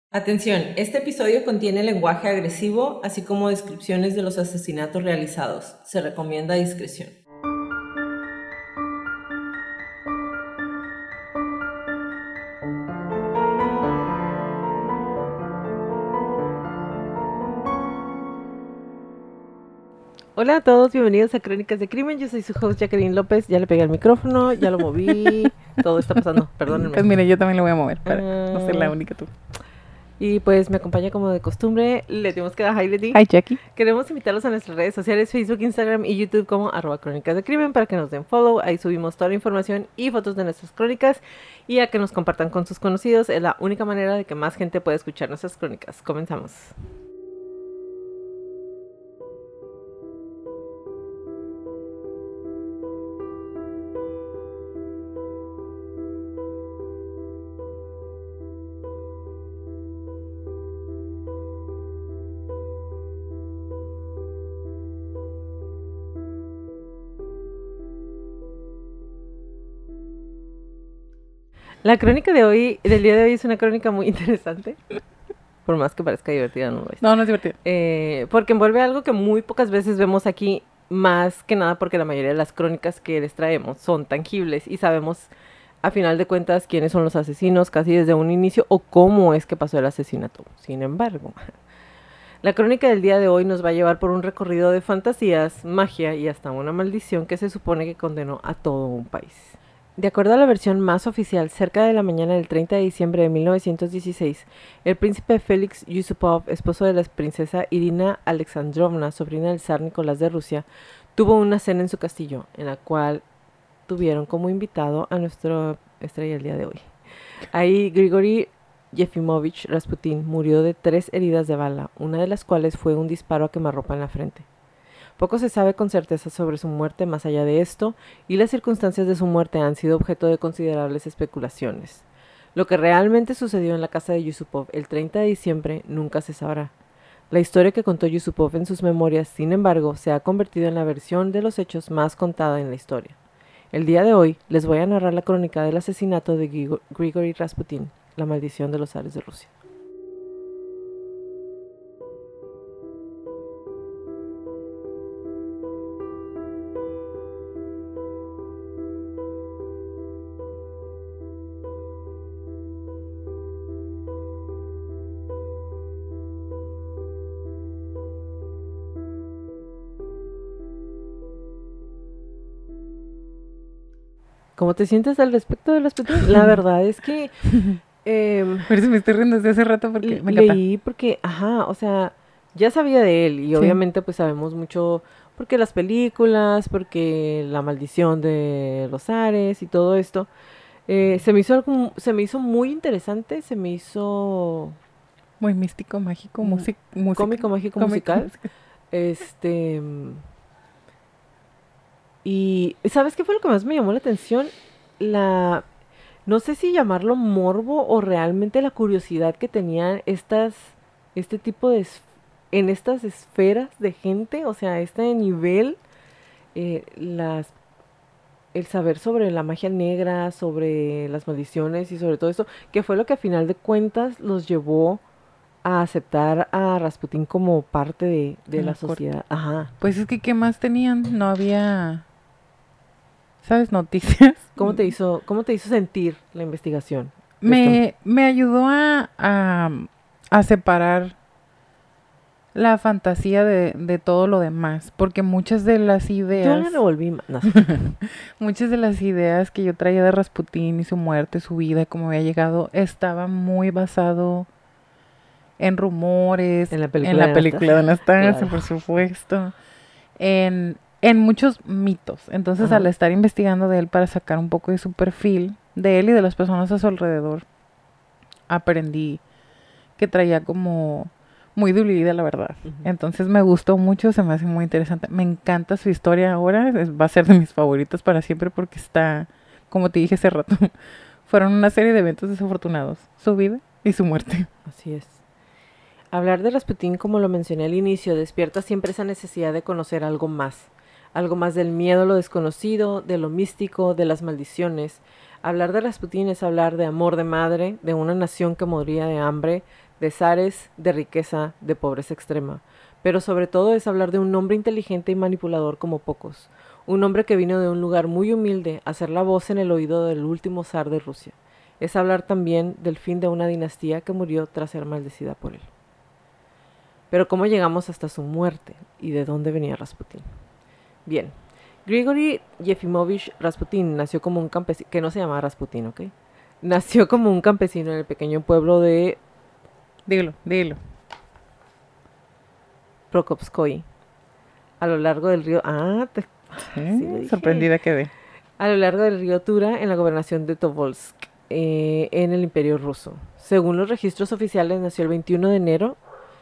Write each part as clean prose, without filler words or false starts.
Atención, este episodio contiene lenguaje agresivo, así como descripciones de los asesinatos realizados. Se recomienda discreción. Hola a todos, bienvenidos a Crónicas de Crimen. Yo soy su host Jacqueline López. Ya le pegué al micrófono, ya lo moví. Todo está pasando, perdónenme. Pues mire, yo también lo voy a mover para no ser la única tú. Y pues me acompaña como de costumbre. Le tenemos que dar hi, Leti. Hi, Jackie. Queremos invitarlos a nuestras redes sociales, Facebook, Instagram y YouTube como @Crónicas de Crimen para que nos den follow. Ahí subimos toda la información y fotos de nuestras crónicas y a que nos compartan con sus conocidos. Es la única manera de que más gente pueda escuchar nuestras crónicas. Comenzamos. La crónica de hoy, del día de hoy, es una crónica muy interesante. Por más que parezca divertida, no lo es. No, no es divertido. Porque envuelve algo que muy pocas veces vemos aquí, más que nada porque la mayoría de las crónicas que les traemos son tangibles y sabemos, a final de cuentas, quiénes son los asesinos casi desde un inicio o cómo es que pasó el asesinato. Sin embargo, la crónica del día de hoy nos va a llevar por un recorrido de fantasías, magia y hasta una maldición que se supone que condenó a todo un país. De acuerdo a la versión más oficial, cerca de la mañana del 30 de diciembre de 1916, el príncipe Félix Yusupov, esposo de la princesa Irina Alexandrovna, sobrina del zar Nicolás de Rusia, tuvo una cena en su castillo, en la cual tuvieron como invitado a nuestro estrella el día de hoy. Ahí Grigori Yefimovich Rasputin murió de 3 heridas de bala, una de las cuales fue un disparo a quemarropa en la frente. Poco se sabe con certeza sobre su muerte más allá de esto, y las circunstancias de su muerte han sido objeto de considerables especulaciones. Lo que realmente sucedió en la casa de Yusupov el 30 de diciembre nunca se sabrá. La historia que contó Yusupov en sus memorias, sin embargo, se ha convertido en la versión de los hechos más contada en la historia. El día de hoy les voy a narrar la crónica del asesinato de Grigori Rasputin, la maldición de los zares de Rusia. ¿Cómo te sientes al respecto de Rasputin? La verdad es que Por eso me estoy riendo desde hace rato porque me encanta. leí porque, o sea, ya sabía de él y Sí. obviamente pues sabemos mucho porque las películas, porque la maldición de los zares y todo esto. Se me hizo muy interesante, se me hizo Muy místico, mágico, música. cómico, mágico, musical. Y ¿sabes qué fue lo que más me llamó la atención? No sé si llamarlo morbo o realmente la curiosidad que tenían este tipo en estas esferas de gente, o sea, este nivel, eh, las, el saber sobre la magia negra, sobre las maldiciones y sobre todo eso, que fue lo que a final de cuentas los llevó a aceptar a Rasputín como parte de la sociedad. Ajá. Pues es que, ¿qué más tenían? No había, ¿sabes? Noticias. ¿Cómo te hizo sentir la investigación? Me ayudó a separar la fantasía de todo lo demás, porque muchas de las Yo ideas... la revolví más. No. Muchas de las ideas que yo traía de Rasputín y su muerte, su vida, cómo había llegado, estaba muy basado en rumores, En la película de Anastasia, claro. por supuesto, en muchos mitos. Entonces, Ajá. al estar investigando de él para sacar un poco de su perfil, de él y de las personas a su alrededor, aprendí que traía como muy diluida la verdad. Ujú. Entonces me gustó mucho, se me hace muy interesante. Me encanta su historia ahora, va a ser de mis favoritas para siempre porque está, como te dije hace rato, fueron una serie de eventos desafortunados, su vida y su muerte. Así es. Hablar de Rasputín, como lo mencioné al inicio, despierta siempre esa necesidad de conocer algo más del miedo a lo desconocido, de lo místico, de las maldiciones. Hablar de Rasputín es hablar de amor de madre, de una nación que moría de hambre, de zares, de riqueza, de pobreza extrema. Pero sobre todo es hablar de un hombre inteligente y manipulador como pocos. Un hombre que vino de un lugar muy humilde a ser la voz en el oído del último zar de Rusia. Es hablar también del fin de una dinastía que murió tras ser maldecida por él. Pero ¿cómo llegamos hasta su muerte? ¿Y de dónde venía Rasputín? Bien, Grigori Yefimovich Rasputín nació como un campesino, que no se llamaba Rasputín, ¿ok? Nació como un campesino en el pequeño pueblo de Dilo. Prokopskoye, a lo largo del río... sí lo dije. Sorprendida quedé. A lo largo del río Tura, en la gobernación de Tobolsk, en el Imperio Ruso. Según los registros oficiales, nació el 21 de enero,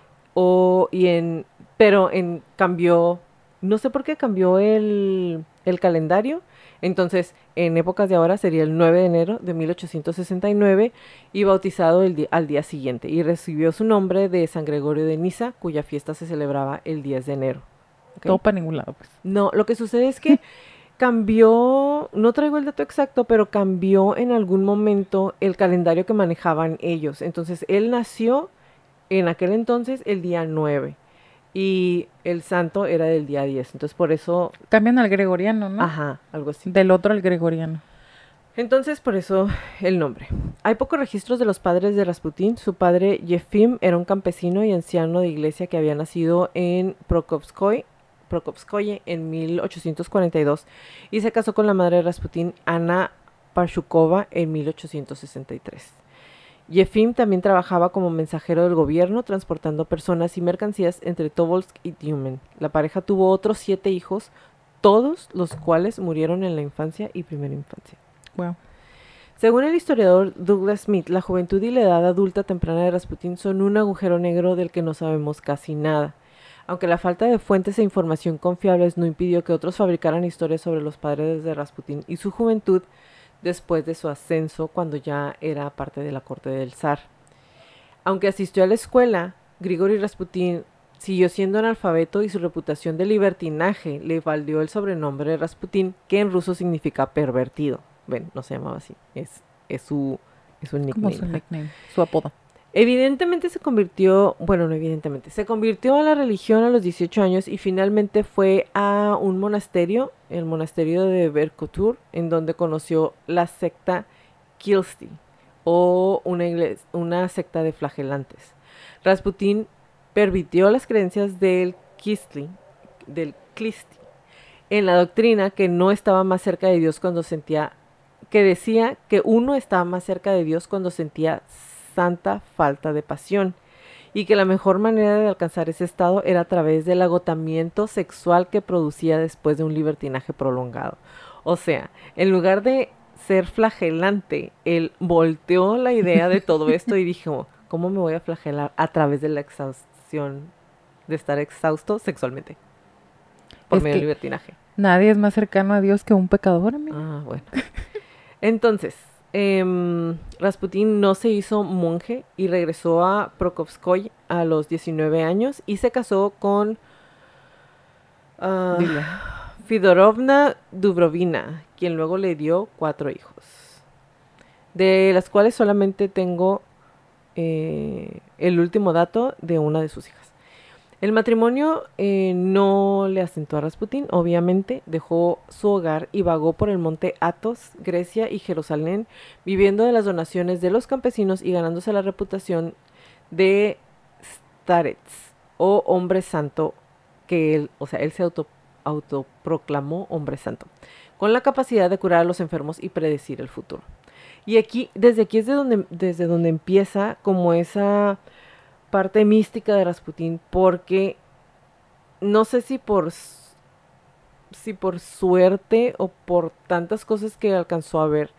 cambió, no sé por qué cambió el calendario. Entonces, en épocas de ahora sería el 9 de enero de 1869 y bautizado al día siguiente. Y recibió su nombre de San Gregorio de Nisa, cuya fiesta se celebraba el 10 de enero. ¿Okay? Todo para ningún lado, pues. No, lo que sucede es que cambió, no traigo el dato exacto, pero cambió en algún momento el calendario que manejaban ellos. Entonces, él nació en aquel entonces el día 9 y el santo era del día 10. Entonces, por eso... Cambian al gregoriano, ¿no? Ajá, algo así. Del otro al gregoriano. Entonces, por eso el nombre. Hay pocos registros de los padres de Rasputín. Su padre, Yefim, era un campesino y anciano de iglesia que había nacido en Prokopskoye en 1842 y se casó con la madre de Rasputín, Ana Parshukova, en 1863. Yefim también trabajaba como mensajero del gobierno, transportando personas y mercancías entre Tobolsk y Tyumen. La pareja tuvo otros 7 hijos, todos los cuales murieron en la infancia y primera infancia. Wow. Según el historiador Douglas Smith, la juventud y la edad adulta temprana de Rasputín son un agujero negro del que no sabemos casi nada. Aunque la falta de fuentes e información confiables no impidió que otros fabricaran historias sobre los padres de Rasputín y su juventud después de su ascenso cuando ya era parte de la corte del zar. Aunque asistió a la escuela, Grigori Rasputín siguió siendo analfabeto y su reputación de libertinaje le valió el sobrenombre de Rasputín, que en ruso significa pervertido. Ven, no se llamaba así, es su nickname. Como su nickname, su apodo. Evidentemente se convirtió a la religión a los 18 años y finalmente fue a un monasterio, el monasterio de Verkhotur, en donde conoció la secta Kilsti, o una secta de flagelantes. Rasputín pervirtió las creencias del Klisti, en la doctrina que no estaba más cerca de Dios que decía que uno estaba más cerca de Dios cuando sentía santa falta de pasión y que la mejor manera de alcanzar ese estado era a través del agotamiento sexual que producía después de un libertinaje prolongado. O sea, en lugar de ser flagelante, él volteó la idea de todo esto y dijo, ¿cómo me voy a flagelar? A través de la exhaustión, de estar exhausto sexualmente por medio del libertinaje. Nadie es más cercano a Dios que un pecador, amigo. Ah, bueno. Entonces, Rasputín no se hizo monje y regresó a Prokopskoye a los 19 años y se casó con Fidorovna Dubrovina, quien luego le dio 4 hijos, de las cuales solamente tengo el último dato de una de sus hijas. El matrimonio no le asentó a Rasputín, obviamente, dejó su hogar y vagó por el monte Athos, Grecia y Jerusalén, viviendo de las donaciones de los campesinos y ganándose la reputación de starets, o hombre santo, que él se autoproclamó hombre santo, con la capacidad de curar a los enfermos y predecir el futuro. Y desde aquí es desde donde empieza como esa parte mística de Rasputín, porque no sé si por suerte o por tantas cosas que alcanzó a ver,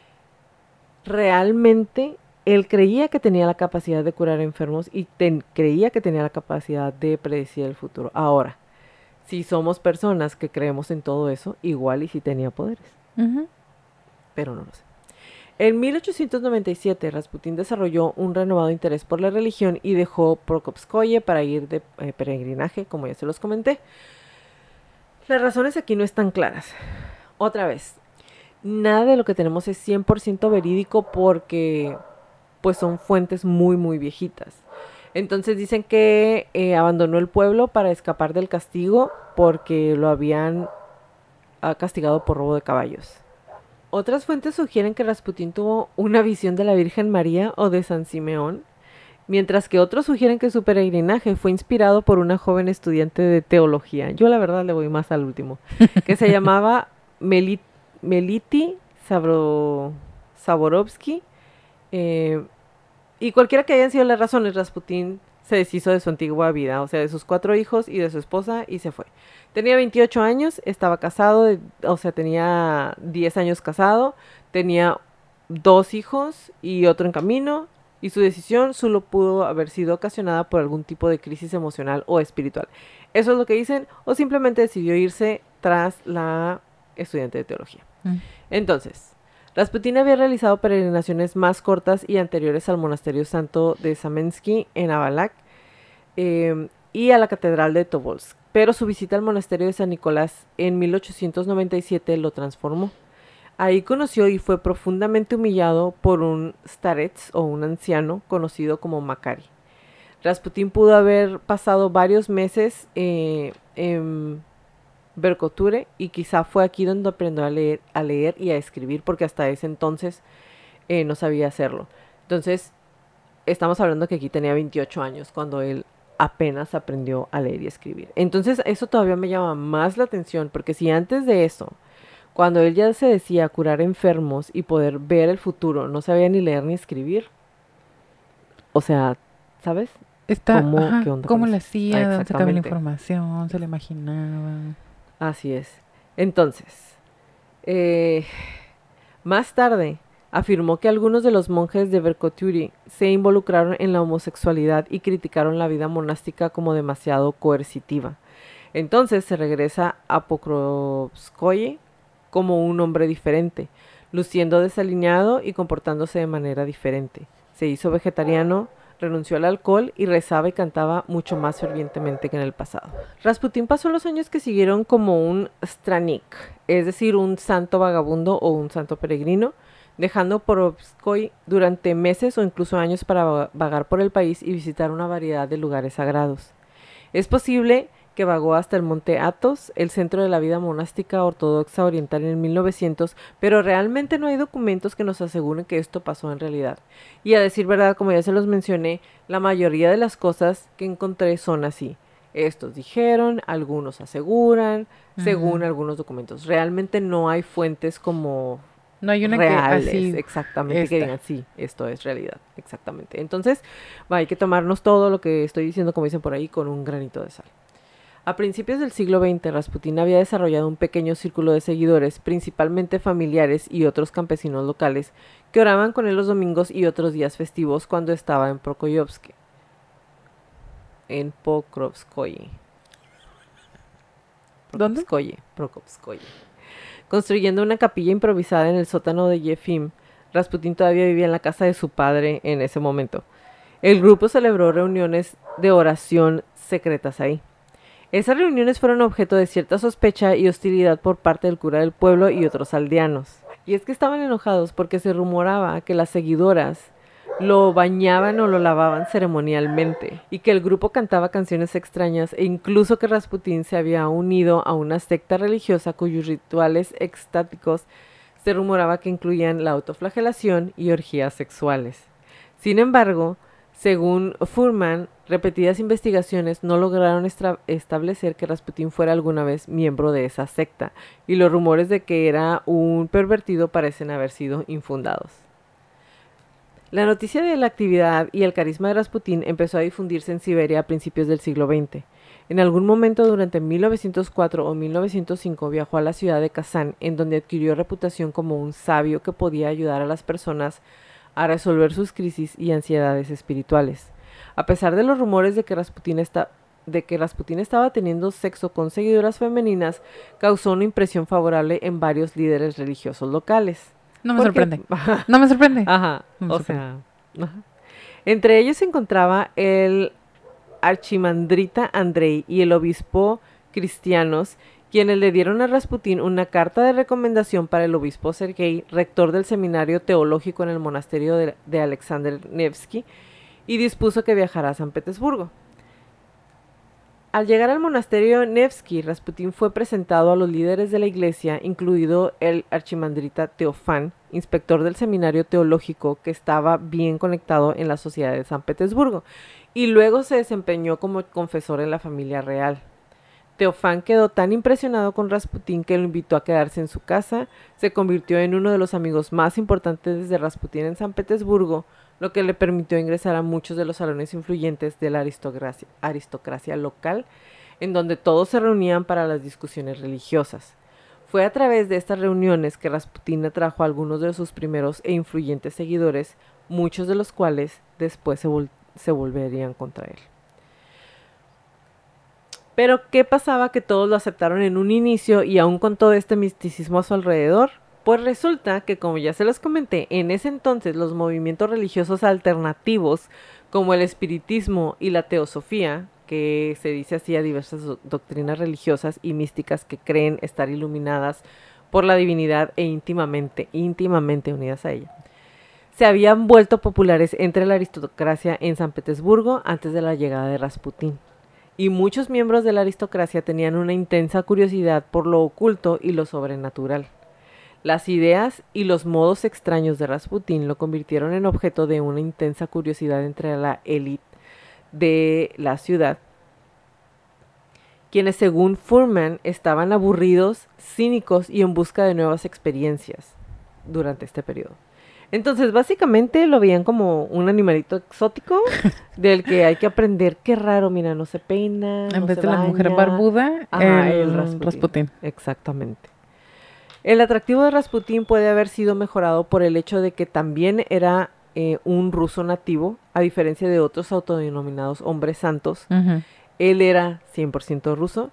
realmente él creía que tenía la capacidad de curar enfermos y creía que tenía la capacidad de predecir el futuro. Ahora, si somos personas que creemos en todo eso, igual y si tenía poderes. Pero no lo sé. En 1897, Rasputín desarrolló un renovado interés por la religión y dejó Prokopskoye para ir de peregrinaje, como ya se los comenté. Las razones aquí no están claras. Otra vez, nada de lo que tenemos es 100% verídico porque pues son fuentes muy, muy viejitas. Entonces dicen que abandonó el pueblo para escapar del castigo porque lo habían castigado por robo de caballos. Otras fuentes sugieren que Rasputín tuvo una visión de la Virgen María o de San Simeón, mientras que otros sugieren que su peregrinaje fue inspirado por una joven estudiante de teología. Yo la verdad le voy más al último, que se llamaba Meliti Saborovsky. Y cualquiera que hayan sido las razones, Rasputín se deshizo de su antigua vida, o sea, de sus 4 hijos y de su esposa, y se fue. Tenía 28 años, estaba casado, o sea, tenía 10 años casado, tenía 2 hijos y otro en camino, y su decisión solo pudo haber sido ocasionada por algún tipo de crisis emocional o espiritual. Eso es lo que dicen, o simplemente decidió irse tras la estudiante de teología. Entonces, Rasputín había realizado peregrinaciones más cortas y anteriores al monasterio santo de Samensky en Abalak y a la catedral de Tobolsk, pero su visita al monasterio de San Nicolás en 1897 lo transformó. Ahí conoció y fue profundamente humillado por un starets o un anciano conocido como Makari. Rasputín pudo haber pasado varios meses en Verkhoture y quizá fue aquí donde aprendió a leer y a escribir, porque hasta ese entonces no sabía hacerlo. Entonces, estamos hablando que aquí tenía 28 años cuando él apenas aprendió a leer y escribir. Entonces, eso todavía me llama más la atención, porque si antes de eso, cuando él ya se decía curar enfermos y poder ver el futuro, no sabía ni leer ni escribir, o sea, ¿sabes? ¿Cómo lo hacía? ¿De dónde sacaba la información? ¿Se lo imaginaba? Así es. Entonces, más tarde afirmó que algunos de los monjes de Verkhoture se involucraron en la homosexualidad y criticaron la vida monástica como demasiado coercitiva. Entonces se regresa a Pokrovskoye como un hombre diferente, luciendo desalineado y comportándose de manera diferente. Se hizo vegetariano, renunció al alcohol y rezaba y cantaba mucho más fervientemente que en el pasado. Rasputín pasó los años que siguieron como un stranik, es decir, un santo vagabundo o un santo peregrino, dejando Pokrovskoye durante meses o incluso años para vagar por el país y visitar una variedad de lugares sagrados. Es posible que vagó hasta el monte Athos, el centro de la vida monástica ortodoxa oriental en 1900, pero realmente no hay documentos que nos aseguren que esto pasó en realidad. Y a decir verdad, como ya se los mencioné, la mayoría de las cosas que encontré son así. Estos dijeron, algunos aseguran, según algunos documentos. Realmente no hay fuentes como no hay una reales, que así exactamente, que digan, sí, esto es realidad, exactamente. Entonces, hay que tomarnos todo lo que estoy diciendo, como dicen por ahí, con un granito de sal. A principios del siglo XX, Rasputín había desarrollado un pequeño círculo de seguidores, principalmente familiares y otros campesinos locales, que oraban con él los domingos y otros días festivos cuando estaba en Pokrovskoye. ¿Dónde? Pokrovskoye. Construyendo una capilla improvisada en el sótano de Yefim, Rasputín todavía vivía en la casa de su padre en ese momento. El grupo celebró reuniones de oración secretas ahí. Esas reuniones fueron objeto de cierta sospecha y hostilidad por parte del cura del pueblo y otros aldeanos. Y es que estaban enojados porque se rumoraba que las seguidoras lo bañaban o lo lavaban ceremonialmente, y que el grupo cantaba canciones extrañas, e incluso que Rasputín se había unido a una secta religiosa cuyos rituales extáticos se rumoraba que incluían la autoflagelación y orgías sexuales. Sin embargo, según Fuhrman, repetidas investigaciones no lograron establecer que Rasputín fuera alguna vez miembro de esa secta, y los rumores de que era un pervertido parecen haber sido infundados. La noticia de la actividad y el carisma de Rasputín empezó a difundirse en Siberia a principios del siglo XX. En algún momento durante 1904 o 1905 viajó a la ciudad de Kazán, en donde adquirió reputación como un sabio que podía ayudar a las personas a resolver sus crisis y ansiedades espirituales. A pesar de los rumores de que Rasputín estaba teniendo sexo con seguidoras femeninas, causó una impresión favorable en varios líderes religiosos locales. No me sorprende. No me sorprende. Ajá, o sea, ajá. Entre ellos se encontraba el archimandrita Andrei y el obispo Cristianos, quienes le dieron a Rasputín una carta de recomendación para el obispo Sergei, rector del seminario teológico en el monasterio de Alexander Nevsky, y dispuso que viajara a San Petersburgo. Al llegar al monasterio Nevsky, Rasputín fue presentado a los líderes de la iglesia, incluido el archimandrita Teofán, inspector del seminario teológico que estaba bien conectado en la sociedad de San Petersburgo, y luego se desempeñó como confesor en la familia real. Teofán quedó tan impresionado con Rasputín que lo invitó a quedarse en su casa, se convirtió en uno de los amigos más importantes de Rasputín en San Petersburgo, lo que le permitió ingresar a muchos de los salones influyentes de la aristocracia local, en donde todos se reunían para las discusiones religiosas. Fue a través de estas reuniones que Rasputín atrajo a algunos de sus primeros e influyentes seguidores, muchos de los cuales después se volverían contra él. Pero, ¿qué pasaba que todos lo aceptaron en un inicio y aún con todo este misticismo a su alrededor? Pues resulta que, como ya se los comenté, en ese entonces los movimientos religiosos alternativos, como el espiritismo y la teosofía, que se dice así a diversas doctrinas religiosas y místicas que creen estar iluminadas por la divinidad e íntimamente unidas a ella, se habían vuelto populares entre la aristocracia en San Petersburgo antes de la llegada de Rasputín. Y muchos miembros de la aristocracia tenían una intensa curiosidad por lo oculto y lo sobrenatural. Las ideas y los modos extraños de Rasputín lo convirtieron en objeto de una intensa curiosidad entre la élite de la ciudad, quienes según Fuhrman estaban aburridos, cínicos y en busca de nuevas experiencias durante este periodo. Entonces, básicamente lo veían como un animalito exótico del que hay que aprender. Qué raro, mira, no se peina, En no vez se de la mujer baña. barbuda, Ajá, el Rasputín. Rasputín. Exactamente. El atractivo de Rasputín puede haber sido mejorado por el hecho de que también era un ruso nativo, a diferencia de otros autodenominados hombres santos. Ujú. Él era 100% ruso.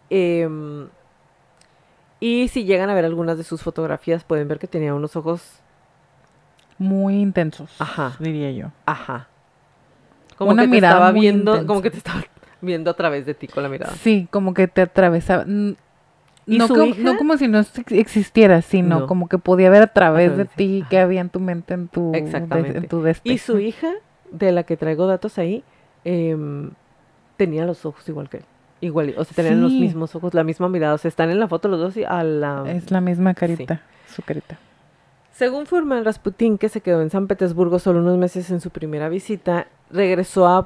Y si llegan a ver algunas de sus fotografías, pueden ver que tenía unos ojos... Muy intensos, Ajá. diría yo. Ajá. Como Una que te mirada estaba muy viendo, intensa. como que te estaba viendo a través de ti con la mirada. Sí, como que te atravesaba. ¿Y No, su hija? no como si no existiera, sino No. como que podía ver a través de de ti. ti que había en tu mente, en tu, Exactamente. en tu deste. Y su hija, de la que traigo datos ahí, tenía los ojos igual que él. Igual, o sea, tenían los Sí. mismos ojos, la misma mirada. O sea, están en la foto los dos y a la... Es la misma carita, su carita. Según Fuhrman, Rasputín, que se quedó en San Petersburgo solo unos meses en su primera visita, regresó a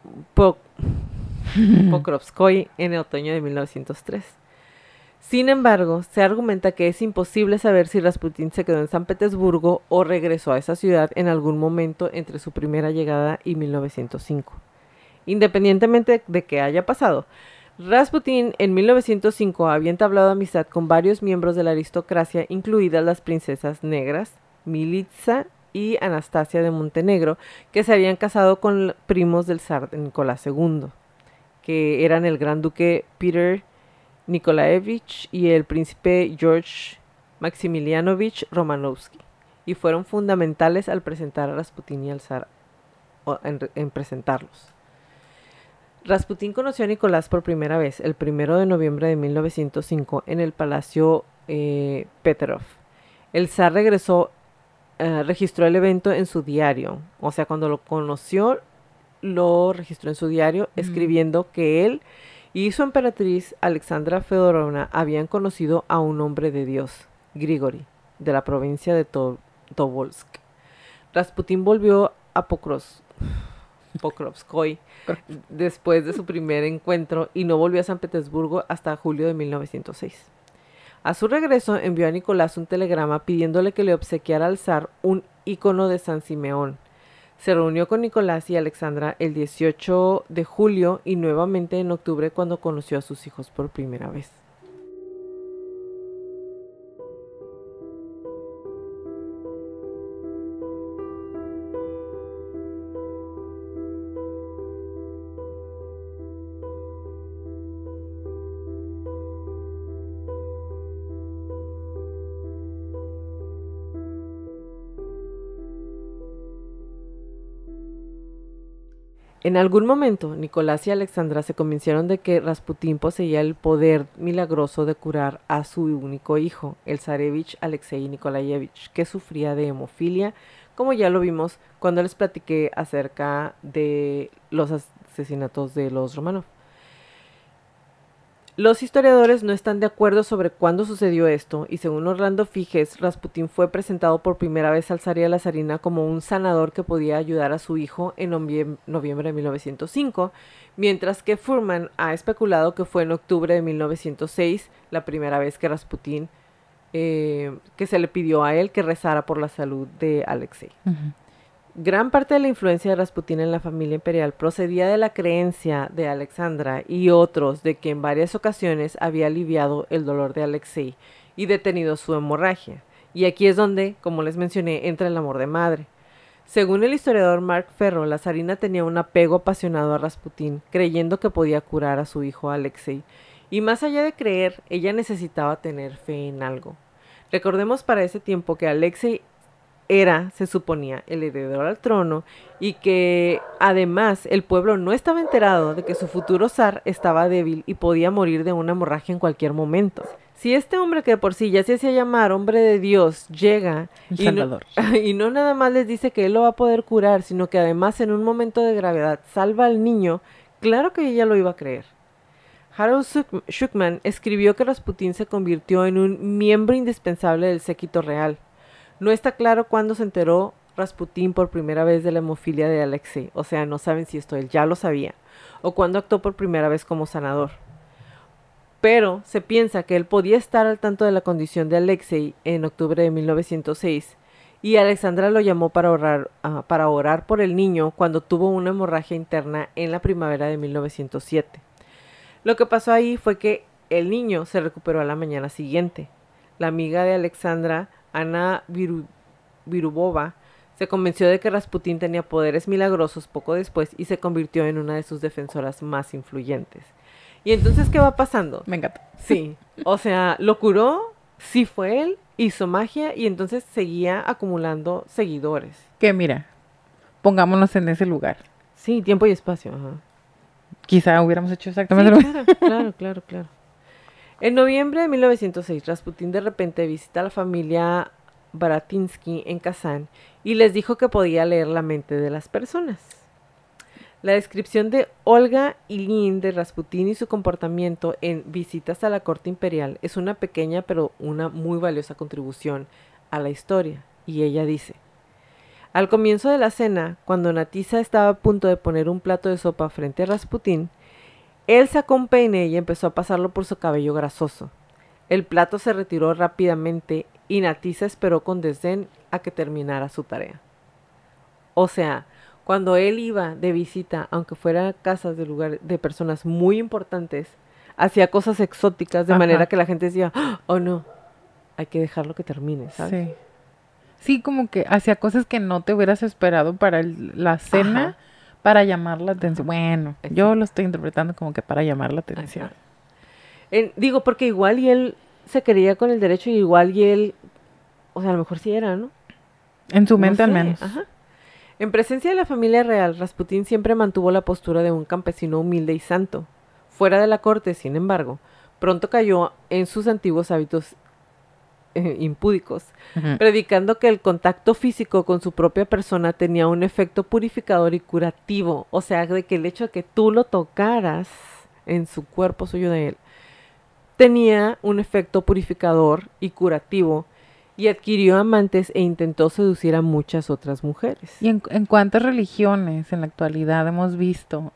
Pokrovskoy en el otoño de 1903. Sin embargo, se argumenta que es imposible saber si Rasputín se quedó en San Petersburgo o regresó a esa ciudad en algún momento entre su primera llegada y 1905. Independientemente de que haya pasado, Rasputín en 1905 había entablado amistad con varios miembros de la aristocracia, incluidas las princesas negras, Militsa y Anastasia de Montenegro, que se habían casado con primos del zar Nicolás II, que eran el gran duque Peter Nikolaevich y el príncipe George Maximilianovich Romanovsky, y fueron fundamentales al presentar a Rasputín y al zar, en presentarlos. Rasputín conoció a Nicolás por primera vez el 1 de noviembre de 1905 en el Palacio Peterov. El zar registró el evento en su diario, o sea, cuando lo conoció, lo registró en su diario, escribiendo que él y su emperatriz Alexandra Fedorovna habían conocido a un hombre de Dios, Grigori, de la provincia de Tobolsk. Rasputín volvió a Pokrovskoy después de su primer encuentro y no volvió a San Petersburgo hasta julio de 1906. A su regreso envió a Nicolás un telegrama pidiéndole que le obsequiara al zar un ícono de San Simeón. Se reunió con Nicolás y Alexandra el 18 de julio y nuevamente en octubre cuando conoció a sus hijos por primera vez. En algún momento, Nicolás y Alexandra se convencieron de que Rasputín poseía el poder milagroso de curar a su único hijo, el zarevich Alexei Nikolayevich, que sufría de hemofilia como ya lo vimos cuando les platiqué acerca de los asesinatos de los Romanov. Los historiadores no están de acuerdo sobre cuándo sucedió esto, y según Orlando Figes, Rasputín fue presentado por primera vez al zar y a la zarina como un sanador que podía ayudar a su hijo en noviembre de 1905, mientras que Fuhrman ha especulado que fue en octubre de 1906 la primera vez que Rasputín, que se le pidió a él que rezara por la salud de Alexei. Gran parte de la influencia de Rasputín en la familia imperial procedía de la creencia de Alexandra y otros de que en varias ocasiones había aliviado el dolor de Alexei y detenido su hemorragia. Y aquí es donde, como les mencioné, entra el amor de madre. Según el historiador Mark Ferro, la zarina tenía un apego apasionado a Rasputín, creyendo que podía curar a su hijo Alexei. Y más allá de creer, ella necesitaba tener fe en algo. Recordemos para ese tiempo que Alexei era, se suponía, el heredero al trono y que además el pueblo no estaba enterado de que su futuro zar estaba débil y podía morir de una hemorragia en cualquier momento. Si este hombre que por sí ya se hacía llamar hombre de Dios llega y no nada más les dice que él lo va a poder curar, sino que además en un momento de gravedad salva al niño, claro que ella lo iba a creer. Harold Shukman escribió que Rasputín se convirtió en un miembro indispensable del séquito real. No está claro cuándo se enteró Rasputín por primera vez de la hemofilia de Alexei, o sea, no saben si esto él ya lo sabía, o cuándo actuó por primera vez como sanador. Pero se piensa que él podía estar al tanto de la condición de Alexei en octubre de 1906, y Alexandra lo llamó para orar por el niño cuando tuvo una hemorragia interna en la primavera de 1907. Lo que pasó ahí fue que el niño se recuperó a la mañana siguiente. La amiga de Alexandra, Ana Virubova, se convenció de que Rasputín tenía poderes milagrosos poco después y se convirtió en una de sus defensoras más influyentes. ¿Y entonces qué va pasando? Me encanta. Sí, o sea, lo curó, sí fue él, hizo magia y entonces seguía acumulando seguidores. Que mira, pongámonos en ese lugar. Sí, tiempo y espacio. Ajá. Quizá hubiéramos hecho exactamente lo mismo. Claro. En noviembre de 1906, Rasputín de repente visita a la familia Baratinsky en Kazán y les dijo que podía leer la mente de las personas. La descripción de Olga Ilyin de Rasputín y su comportamiento en Visitas a la corte imperial es una pequeña pero una muy valiosa contribución a la historia, y ella dice: al comienzo de la cena, cuando Natisa estaba a punto de poner un plato de sopa frente a Rasputín, él sacó un peine y empezó a pasarlo por su cabello grasoso. El plato se retiró rápidamente y Natisa esperó con desdén a que terminara su tarea. O sea, cuando él iba de visita, aunque fuera a casas de personas muy importantes, hacía cosas exóticas de manera que la gente decía: oh no, hay que dejarlo que termine, ¿sabes? Sí. Sí, como que hacía cosas que no te hubieras esperado para la cena, para llamar la atención. Bueno, yo lo estoy interpretando como que para llamar la atención. Digo, porque igual y él se creía con el derecho y igual y él, o sea, a lo mejor sí era, ¿no? En su mente al menos. Ajá. En presencia de la familia real, Rasputín siempre mantuvo la postura de un campesino humilde y santo. Fuera de la corte, sin embargo, pronto cayó en sus antiguos hábitos impúdicos, predicando que el contacto físico con su propia persona tenía un efecto purificador y curativo. O sea, de que el hecho de que tú lo tocaras en su cuerpo suyo de él tenía un efecto purificador y curativo, y adquirió amantes e intentó seducir a muchas otras mujeres. ¿Y en cuántas religiones en la actualidad hemos visto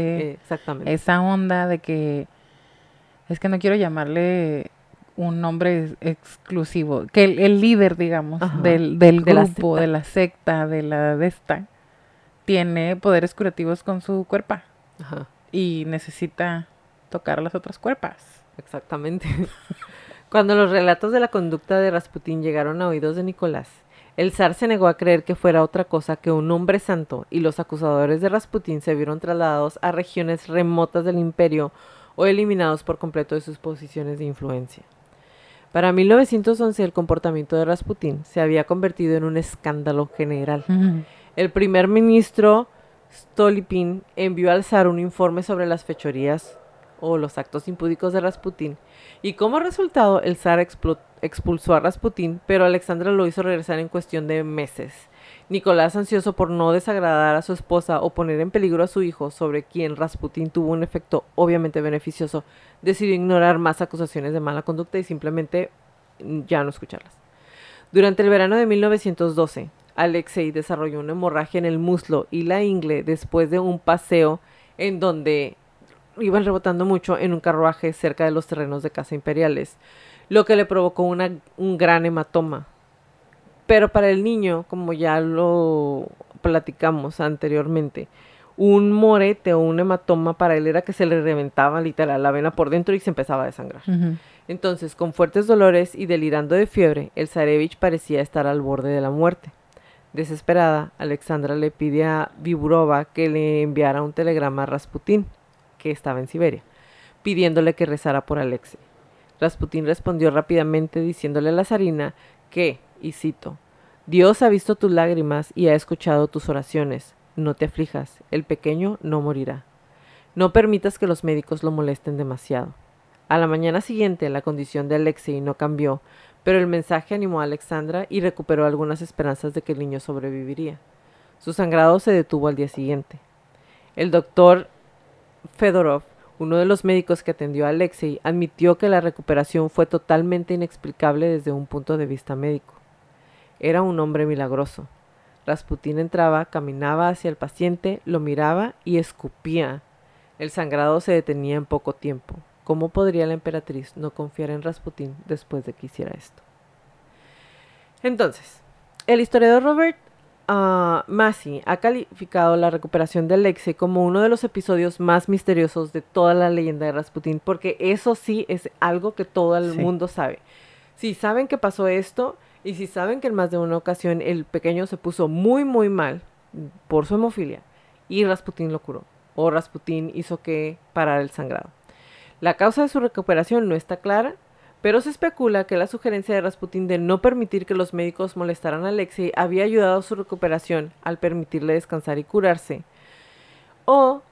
esa onda de que, es que no quiero llamarle un nombre exclusivo, que el líder, digamos, del grupo, de la secta, de esta, tiene poderes curativos con su cuerpo y necesita tocar las otras cuerpas? Exactamente. Cuando los relatos de la conducta de Rasputín llegaron a oídos de Nicolás, el zar se negó a creer que fuera otra cosa que un hombre santo, y los acusadores de Rasputín se vieron trasladados a regiones remotas del imperio o eliminados por completo de sus posiciones de influencia. Para 1911 el comportamiento de Rasputín se había convertido en un escándalo general. El primer ministro Stolypin envió al zar un informe sobre las fechorías o los actos impúdicos de Rasputín, y como resultado el zar expulsó a Rasputín, pero Alexandra lo hizo regresar en cuestión de meses. Nicolás, ansioso por no desagradar a su esposa o poner en peligro a su hijo, sobre quien Rasputín tuvo un efecto obviamente beneficioso, decidió ignorar más acusaciones de mala conducta y simplemente ya no escucharlas. Durante el verano de 1912, Alexei desarrolló una hemorragia en el muslo y la ingle después de un paseo en donde iban rebotando mucho en un carruaje cerca de los terrenos de caza imperiales, lo que le provocó un gran hematoma. Pero para el niño, como ya lo platicamos anteriormente, un morete o un hematoma para él era que se le reventaba literal la vena por dentro y se empezaba a desangrar. Entonces, con fuertes dolores y delirando de fiebre, el zarevich parecía estar al borde de la muerte. Desesperada, Alexandra le pide a Viburova que le enviara un telegrama a Rasputín, que estaba en Siberia, pidiéndole que rezara por Alexei. Rasputín respondió rápidamente diciéndole a la zarina que, y cito, Dios ha visto tus lágrimas y ha escuchado tus oraciones. No te aflijas, el pequeño no morirá. No permitas que los médicos lo molesten demasiado. A la mañana siguiente la condición de Alexei no cambió, pero el mensaje animó a Alexandra y recuperó algunas esperanzas de que el niño sobreviviría. Su sangrado se detuvo al día siguiente. El doctor Fedorov, uno de los médicos que atendió a Alexei, admitió que la recuperación fue totalmente inexplicable desde un punto de vista médico. Era un hombre milagroso. Rasputín entraba, caminaba hacia el paciente, lo miraba y escupía. El sangrado se detenía en poco tiempo. ¿Cómo podría la emperatriz no confiar en Rasputín después de que hiciera esto? Entonces, el historiador Robert Massey ha calificado la recuperación de Alexei como uno de los episodios más misteriosos de toda la leyenda de Rasputín, porque eso sí es algo que todo el mundo sabe. Si saben que pasó esto y si saben que en más de una ocasión el pequeño se puso muy muy mal por su hemofilia y Rasputín lo curó, o Rasputín hizo que parara el sangrado. La causa de su recuperación no está clara, pero se especula que la sugerencia de Rasputín de no permitir que los médicos molestaran a Alexei había ayudado a su recuperación al permitirle descansar y curarse. O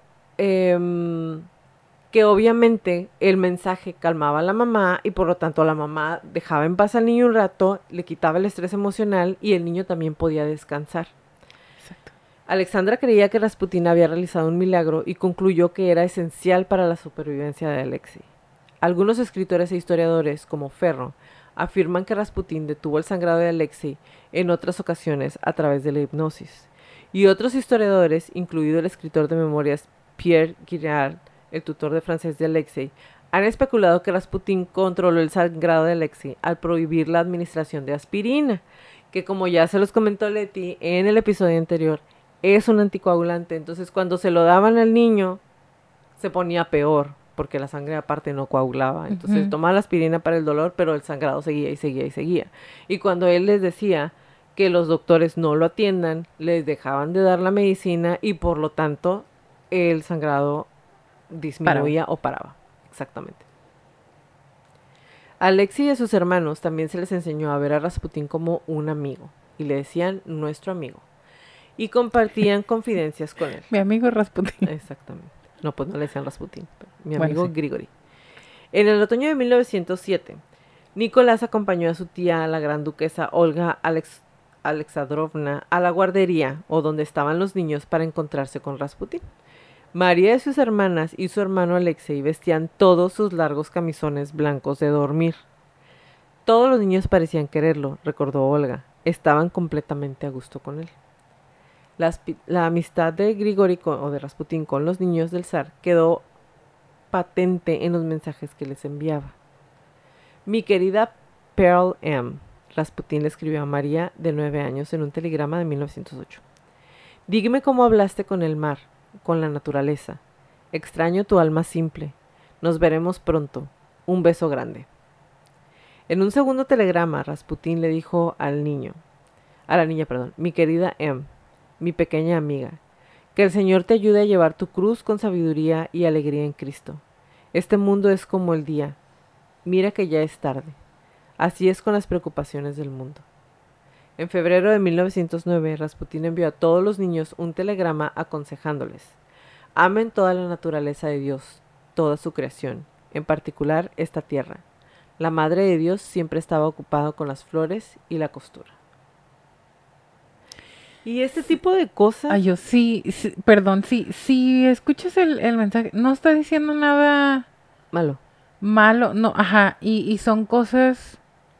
que obviamente el mensaje calmaba a la mamá y por lo tanto la mamá dejaba en paz al niño un rato, le quitaba el estrés emocional y el niño también podía descansar. Exacto. Alexandra creía que Rasputín había realizado un milagro y concluyó que era esencial para la supervivencia de Alexei. Algunos escritores e historiadores, como Ferro, afirman que Rasputín detuvo el sangrado de Alexei en otras ocasiones a través de la hipnosis. Y otros historiadores, incluido el escritor de memorias Pierre Girard, el tutor de francés de Alexei, han especulado que Rasputín controló el sangrado de Alexei al prohibir la administración de aspirina, que como ya se los comentó Leti en el episodio anterior, es un anticoagulante. Entonces cuando se lo daban al niño, se ponía peor, porque la sangre aparte no coagulaba. Entonces tomaba la aspirina para el dolor, pero el sangrado seguía y seguía y seguía. Y cuando él les decía que los doctores no lo atiendan, les dejaban de dar la medicina y por lo tanto el sangrado disminuía o paraba. Exactamente. A Alexei y a sus hermanos también se les enseñó a ver a Rasputín como un amigo y le decían nuestro amigo y compartían confidencias con él. Mi amigo Rasputín. Exactamente. No, pues no le decían Rasputín, pero mi amigo Grigori. En el otoño de 1907, Nicolás acompañó a su tía, la gran duquesa Olga Alexandrovna, a la guardería o donde estaban los niños para encontrarse con Rasputín. María y sus hermanas y su hermano Alexei vestían todos sus largos camisones blancos de dormir. Todos los niños parecían quererlo, recordó Olga. Estaban completamente a gusto con él. La amistad de Grigori o de Rasputín con los niños del zar quedó patente en los mensajes que les enviaba. Mi querida Pearl M., Rasputín le escribió a María, de 9 años, en un telegrama de 1908. Dígame cómo hablaste con el mar, con la naturaleza. Extraño tu alma simple. Nos veremos pronto. Un beso grande. En un segundo telegrama, Rasputín le dijo a la niña, mi querida M., mi pequeña amiga, que el Señor te ayude a llevar tu cruz con sabiduría y alegría en Cristo. Este mundo es como el día. Mira que ya es tarde. Así es con las preocupaciones del mundo. En febrero de 1909, Rasputín envió a todos los niños un telegrama aconsejándoles: amen toda la naturaleza de Dios, toda su creación, en particular esta tierra. La Madre de Dios siempre estaba ocupada con las flores y la costura. Y ese tipo de cosas. Ay, yo sí, perdón, sí, escuchas el mensaje, no está diciendo nada Malo. malo, no, ajá, y son cosas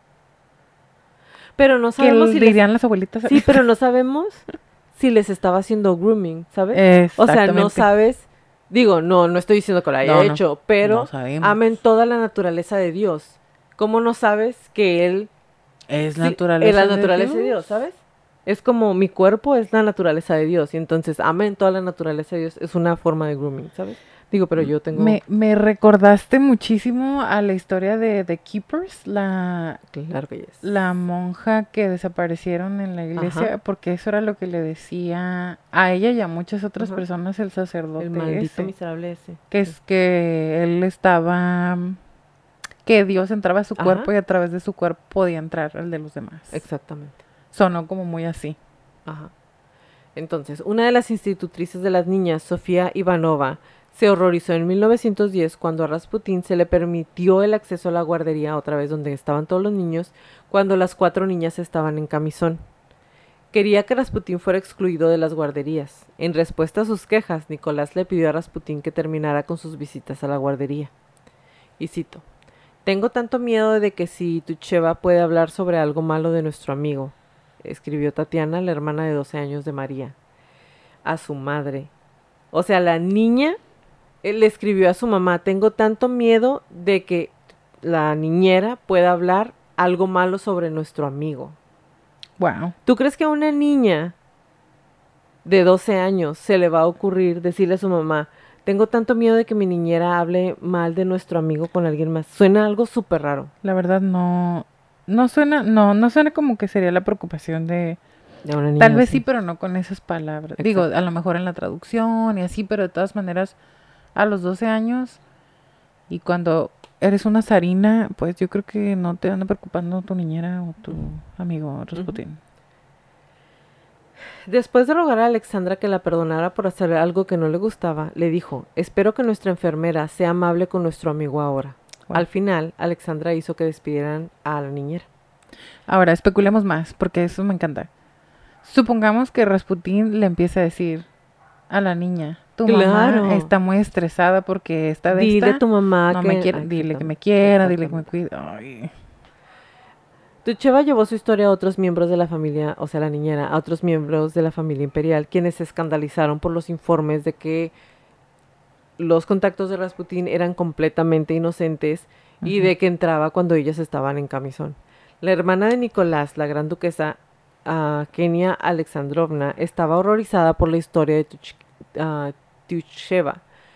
Pero no que sabemos si les... dirían las abuelitas. Sí, pero no sabemos si les estaba haciendo grooming, ¿sabes? O sea, no Exactamente. sabes... Digo, no estoy diciendo que lo haya No, hecho, no pero sabemos. amen toda la naturaleza de Dios. ¿Cómo no sabes que Él Es sí, naturaleza la de naturaleza de Dios. Dios, ¿sabes? Es como mi cuerpo es la naturaleza de Dios. Y entonces, amen toda la naturaleza de Dios. Es una forma de grooming, ¿sabes? Digo, pero yo tengo... Me recordaste muchísimo a la historia de The Keepers, Claro que yes. la monja que desaparecieron en la iglesia, Ajá. porque eso era lo que le decía a ella y a muchas otras Ajá. personas el sacerdote El maldito ese, miserable ese. que es que él estaba, que Dios entraba a su Ajá. cuerpo y a través de su cuerpo podía entrar al de los demás. Exactamente. Sonó como muy así. Ajá. Entonces, una de las institutrices de las niñas, Sofía Ivanova, se horrorizó en 1910 cuando a Rasputín se le permitió el acceso a la guardería, otra vez donde estaban todos los niños, cuando las 4 niñas estaban en camisón. Quería que Rasputín fuera excluido de las guarderías. En respuesta a sus quejas, Nicolás le pidió a Rasputín que terminara con sus visitas a la guardería. Y cito: «Tengo tanto miedo de que si Tucheva puede hablar sobre algo malo de nuestro amigo», escribió Tatiana, la hermana de 12 años de María, a su madre. O sea, la niña le escribió a su mamá: «Tengo tanto miedo de que la niñera pueda hablar algo malo sobre nuestro amigo». Wow. ¿Tú crees que a una niña de 12 años se le va a ocurrir decirle a su mamá: «Tengo tanto miedo de que mi niñera hable mal de nuestro amigo con alguien más»? Suena algo súper raro. La verdad no suena como que sería la preocupación de una niña tal vez así. sí, pero no con esas palabras. Exacto. Digo, a lo mejor en la traducción y así, pero de todas maneras, a los 12 años y cuando eres una zarina, pues yo creo que no te anda preocupando tu niñera o tu amigo Rasputín. Después de rogar a Alexandra que la perdonara por hacer algo que no le gustaba, le dijo: «Espero que nuestra enfermera sea amable con nuestro amigo ahora». Wow. Al final, Alexandra hizo que despidieran a la niñera. Ahora, especulemos más, porque eso me encanta. Supongamos que Rasputín le empieza a decir a la niña: «Tu mamá está muy estresada porque está de Dile a tu mamá no que me quiere, dile que me quiera, dile que me cuide». Ay. Tucheva llevó su historia a otros miembros de la familia, o sea, la niñera, a otros miembros de la familia imperial, quienes se escandalizaron por los informes de que los contactos de Rasputín eran completamente inocentes y de que entraba cuando ellas estaban en camisón. La hermana de Nicolás, la gran duquesa Kenia Alexandrovna, estaba horrorizada por la historia de Tucheva.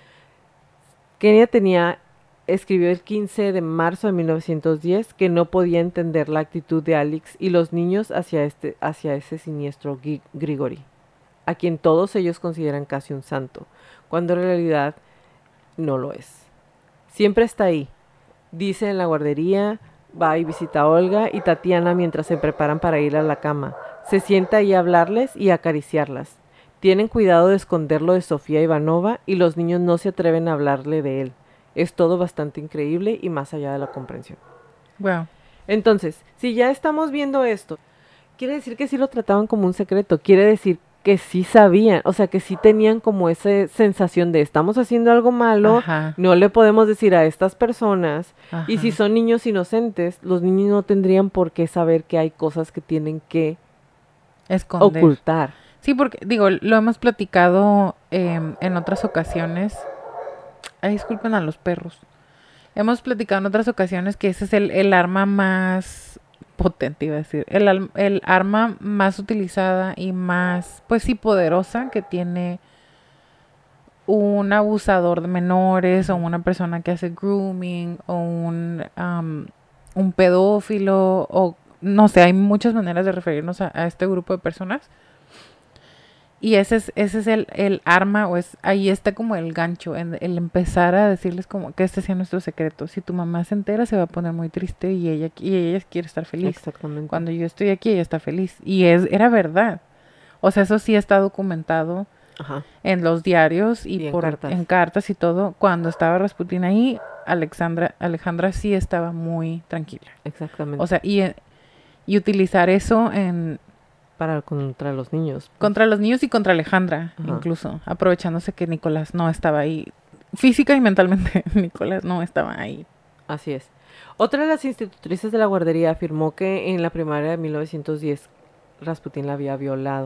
Kenia escribió el 15 de marzo de 1910 que no podía entender la actitud de Alex y los niños hacia ese siniestro Grigori, a quien todos ellos consideran casi un santo, cuando en realidad no lo es. Siempre está ahí, dice en la guardería, va y visita a Olga y Tatiana mientras se preparan para ir a la cama. Se sienta ahí a hablarles y a acariciarlas. Tienen cuidado de esconderlo de Sofía Ivanova y los niños no se atreven a hablarle de él. Es todo bastante increíble y más allá de la comprensión. Wow. Entonces, si ya estamos viendo esto, quiere decir que sí lo trataban como un secreto. Quiere decir que sí sabían, o sea, que sí tenían como esa sensación de estamos haciendo algo malo, Ajá. no le podemos decir a estas personas. Ajá. Y si son niños inocentes, los niños no tendrían por qué saber que hay cosas que tienen que esconder, ocultar. Sí, porque, digo, lo hemos platicado en otras ocasiones. Ay, disculpen a los perros. Hemos platicado en otras ocasiones que ese es el arma más potente, iba a decir. El arma más utilizada y más, pues sí, poderosa que tiene un abusador de menores o una persona que hace grooming o un pedófilo o no sé, hay muchas maneras de referirnos a este grupo de personas. Y ese es el arma, o ahí está como el gancho, el empezar a decirles como que este sea nuestro secreto. Si tu mamá se entera, se va a poner muy triste y ella quiere estar feliz. Exactamente. Cuando yo estoy aquí, ella está feliz. Y era verdad. O sea, eso sí está documentado. Ajá. En los diarios y en cartas y todo. Cuando estaba Rasputín ahí, Alejandra sí estaba muy tranquila. Exactamente. O sea, y utilizar eso contra los niños. Contra los niños y contra Alejandra, Ajá. incluso, aprovechándose que Nicolás no estaba ahí. Física y mentalmente, Nicolás no estaba ahí. Así es. Otra de las institutrices de la guardería afirmó que en la primaria de 1910 Rasputín la había violado.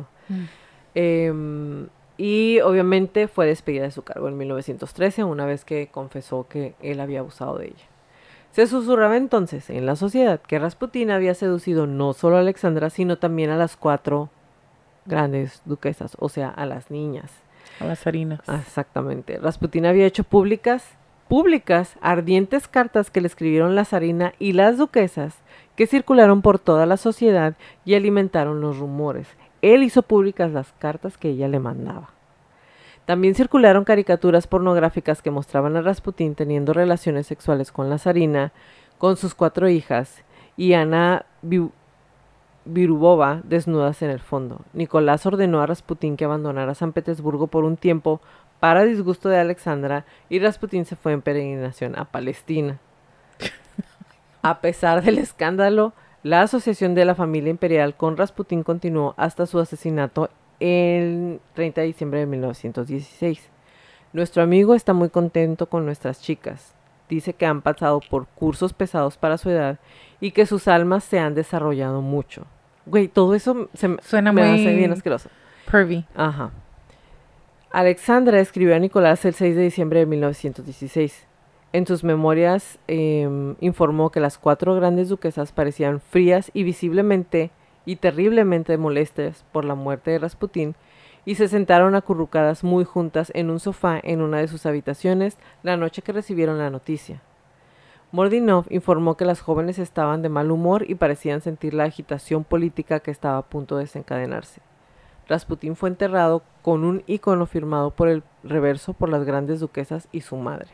Y obviamente fue despedida de su cargo en 1913, una vez que confesó que él había abusado de ella. Se susurraba entonces en la sociedad que Rasputín había seducido no solo a Alexandra, sino también a las 4 grandes duquesas, o sea, a las niñas. A las harinas. Exactamente. Rasputín había hecho públicas, ardientes cartas que le escribieron la zarina y las duquesas, que circularon por toda la sociedad y alimentaron los rumores. Él hizo públicas las cartas que ella le mandaba. También circularon caricaturas pornográficas que mostraban a Rasputín teniendo relaciones sexuales con la zarina, con sus 4 hijas, y Ana Virubova desnudas en el fondo. Nicolás ordenó a Rasputín que abandonara San Petersburgo por un tiempo para disgusto de Alexandra, y Rasputín se fue en peregrinación a Palestina. A pesar del escándalo, la asociación de la familia imperial con Rasputín continuó hasta su asesinato el 30 de diciembre de 1916. Nuestro amigo está muy contento con nuestras chicas. Dice que han pasado por cursos pesados para su edad y que sus almas se han desarrollado mucho. Güey, todo eso Suena me muy hace bien asqueroso. pervy. Ajá. Alexandra escribió a Nicolás el 6 de diciembre de 1916. En sus memorias informó que las 4 grandes duquesas parecían frías y visiblemente y terriblemente molestas por la muerte de Rasputín, y se sentaron acurrucadas muy juntas en un sofá en una de sus habitaciones la noche que recibieron la noticia. Mordinov informó que las jóvenes estaban de mal humor y parecían sentir la agitación política que estaba a punto de desencadenarse. Rasputín fue enterrado con un ícono firmado por el reverso por las grandes duquesas y su madre.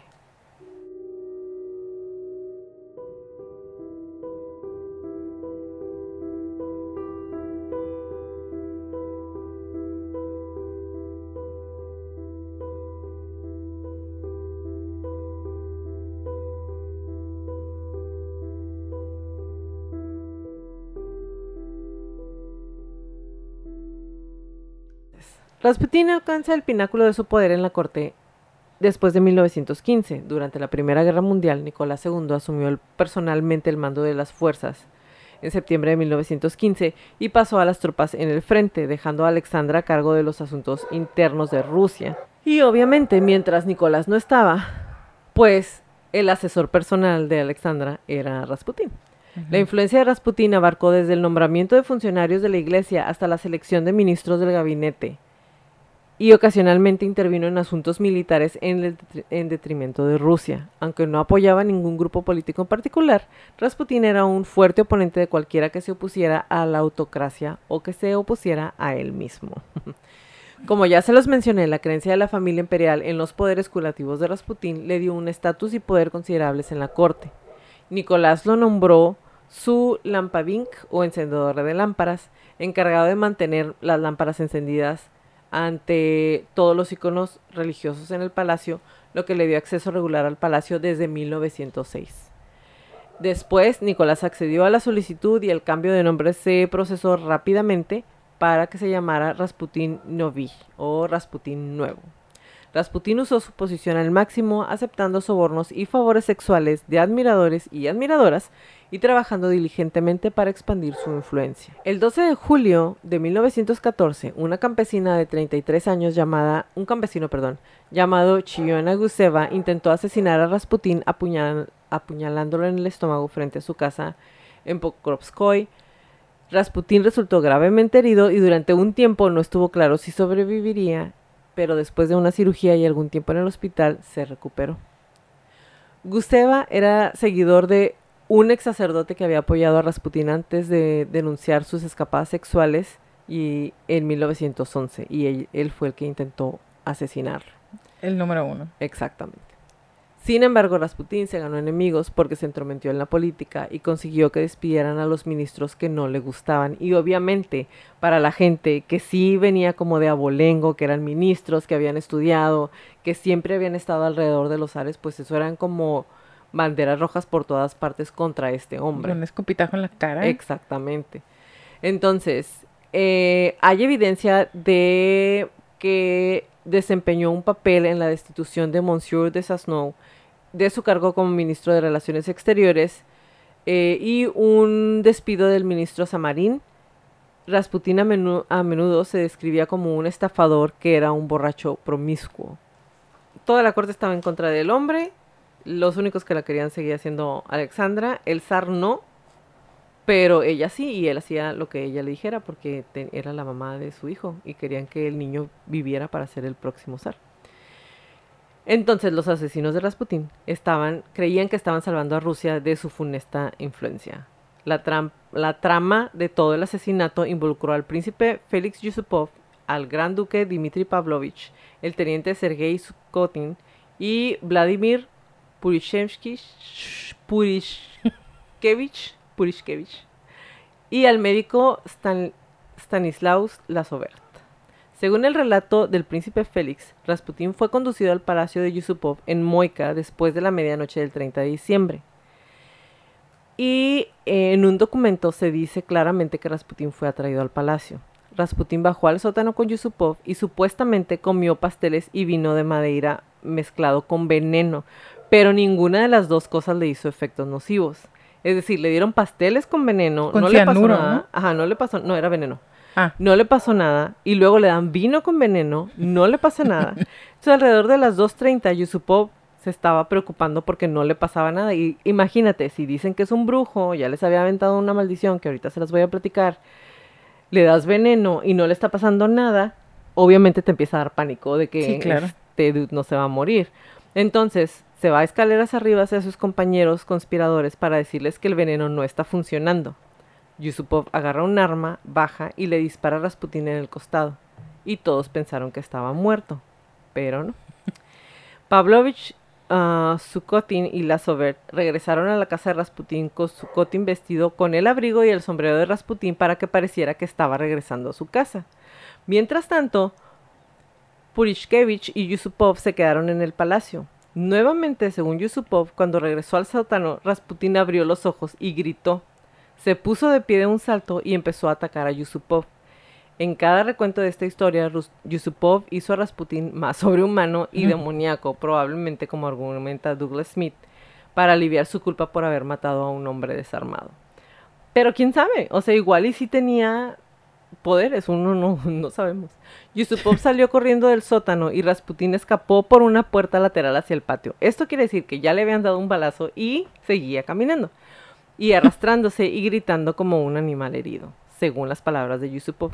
Rasputín alcanza el pináculo de su poder en la corte después de 1915. Durante la Primera Guerra Mundial, Nicolás II asumió personalmente el mando de las fuerzas en septiembre de 1915 y pasó a las tropas en el frente, dejando a Alexandra a cargo de los asuntos internos de Rusia. Y obviamente, mientras Nicolás no estaba, pues el asesor personal de Alexandra era Rasputín. La influencia de Rasputín abarcó desde el nombramiento de funcionarios de la iglesia hasta la selección de ministros del gabinete, y ocasionalmente intervino en asuntos militares en detrimento de Rusia. Aunque no apoyaba ningún grupo político en particular, Rasputín era un fuerte oponente de cualquiera que se opusiera a la autocracia o que se opusiera a él mismo. Como ya se los mencioné, la creencia de la familia imperial en los poderes curativos de Rasputín le dio un estatus y poder considerables en la corte. Nicolás lo nombró su lampadink o encendedor de lámparas, encargado de mantener las lámparas encendidas ante todos los iconos religiosos en el palacio, lo que le dio acceso regular al palacio desde 1906. Después, Nicolás accedió a la solicitud y el cambio de nombre se procesó rápidamente para que se llamara Rasputín Novy o Rasputín Nuevo. Rasputín usó su posición al máximo, aceptando sobornos y favores sexuales de admiradores y admiradoras y trabajando diligentemente para expandir su influencia. El 12 de julio de 1914, una campesina de 33 años llamado Chiona Guseva intentó asesinar a Rasputín apuñalándolo en el estómago frente a su casa en Pokrovskoy. Rasputín resultó gravemente herido y durante un tiempo no estuvo claro si sobreviviría, pero después de una cirugía y algún tiempo en el hospital se recuperó. Guseva era seguidor de un ex sacerdote que había apoyado a Rasputín antes de denunciar sus escapadas sexuales y en 1911, y él fue el que intentó asesinarlo. El número 1. Exactamente. Sin embargo, Rasputín se ganó enemigos porque se entrometió en la política y consiguió que despidieran a los ministros que no le gustaban. Y obviamente, para la gente que sí venía como de abolengo, que eran ministros, que habían estudiado, que siempre habían estado alrededor de los zares, pues eso eran como banderas rojas por todas partes contra este hombre. Un escupitajo en la cara. Exactamente. Entonces, Hay evidencia de que desempeñó un papel en la destitución de Monsieur de Sasnou de su cargo como ministro de Relaciones Exteriores y un despido del ministro Samarín. Rasputín a menudo se describía como un estafador que era un borracho promiscuo. Toda la corte estaba en contra del hombre. Los únicos que la querían seguía siendo Alexandra. El zar no, pero ella sí, y él hacía lo que ella le dijera porque era la mamá de su hijo y querían que el niño viviera para ser el próximo zar. Entonces los asesinos de Rasputín creían que estaban salvando a Rusia de su funesta influencia. La trama de todo el asesinato involucró al príncipe Félix Yusupov, al gran duque Dmitri Pavlovich, el teniente Sergei Sukotin y Vladimir Purishkevich y al médico Stanislaus Lazovert. Según el relato del príncipe Félix, Rasputín fue conducido al palacio de Yusupov en Moika después de la medianoche del 30 de diciembre. Y en un documento se dice claramente que Rasputín fue atraído al palacio. Rasputín bajó al sótano con Yusupov y supuestamente comió pasteles y vino de Madeira mezclado con veneno, pero ninguna de las dos cosas le hizo efectos nocivos. Es decir, le dieron pasteles con veneno, con no cianuro, le pasó nada. ¿no? Ajá, no le pasó, no, era veneno. Ah. No le pasó nada, y luego le dan vino con veneno, no le pasa nada. Entonces, alrededor de las 2:30, Yusupov se estaba preocupando porque no le pasaba nada. Y imagínate, si dicen que es un brujo, ya les había aventado una maldición, que ahorita se las voy a platicar, le das veneno y no le está pasando nada, obviamente te empieza a dar pánico de que sí, claro, este dude no se va a morir. Entonces, se va a escaleras arriba hacia sus compañeros conspiradores para decirles que el veneno no está funcionando. Yusupov agarra un arma, baja y le dispara a Rasputín en el costado. Y todos pensaron que estaba muerto, pero no. Pavlovich, Sukotin y Lazovert regresaron a la casa de Rasputín con Sukotin vestido con el abrigo y el sombrero de Rasputín para que pareciera que estaba regresando a su casa. Mientras tanto, Purishkevich y Yusupov se quedaron en el palacio. Nuevamente, según Yusupov, cuando regresó al sótano, Rasputín abrió los ojos y gritó. Se puso de pie de un salto y empezó a atacar a Yusupov. En cada recuento de esta historia, Yusupov hizo a Rasputín más sobrehumano y demoníaco, probablemente como argumenta Douglas Smith, para aliviar su culpa por haber matado a un hombre desarmado. Pero quién sabe, o sea, igual y sí tenía poderes, uno no sabemos. Yusupov salió corriendo del sótano y Rasputín escapó por una puerta lateral hacia el patio. Esto quiere decir que ya le habían dado un balazo y seguía caminando, y arrastrándose y gritando como un animal herido, según las palabras de Yusupov.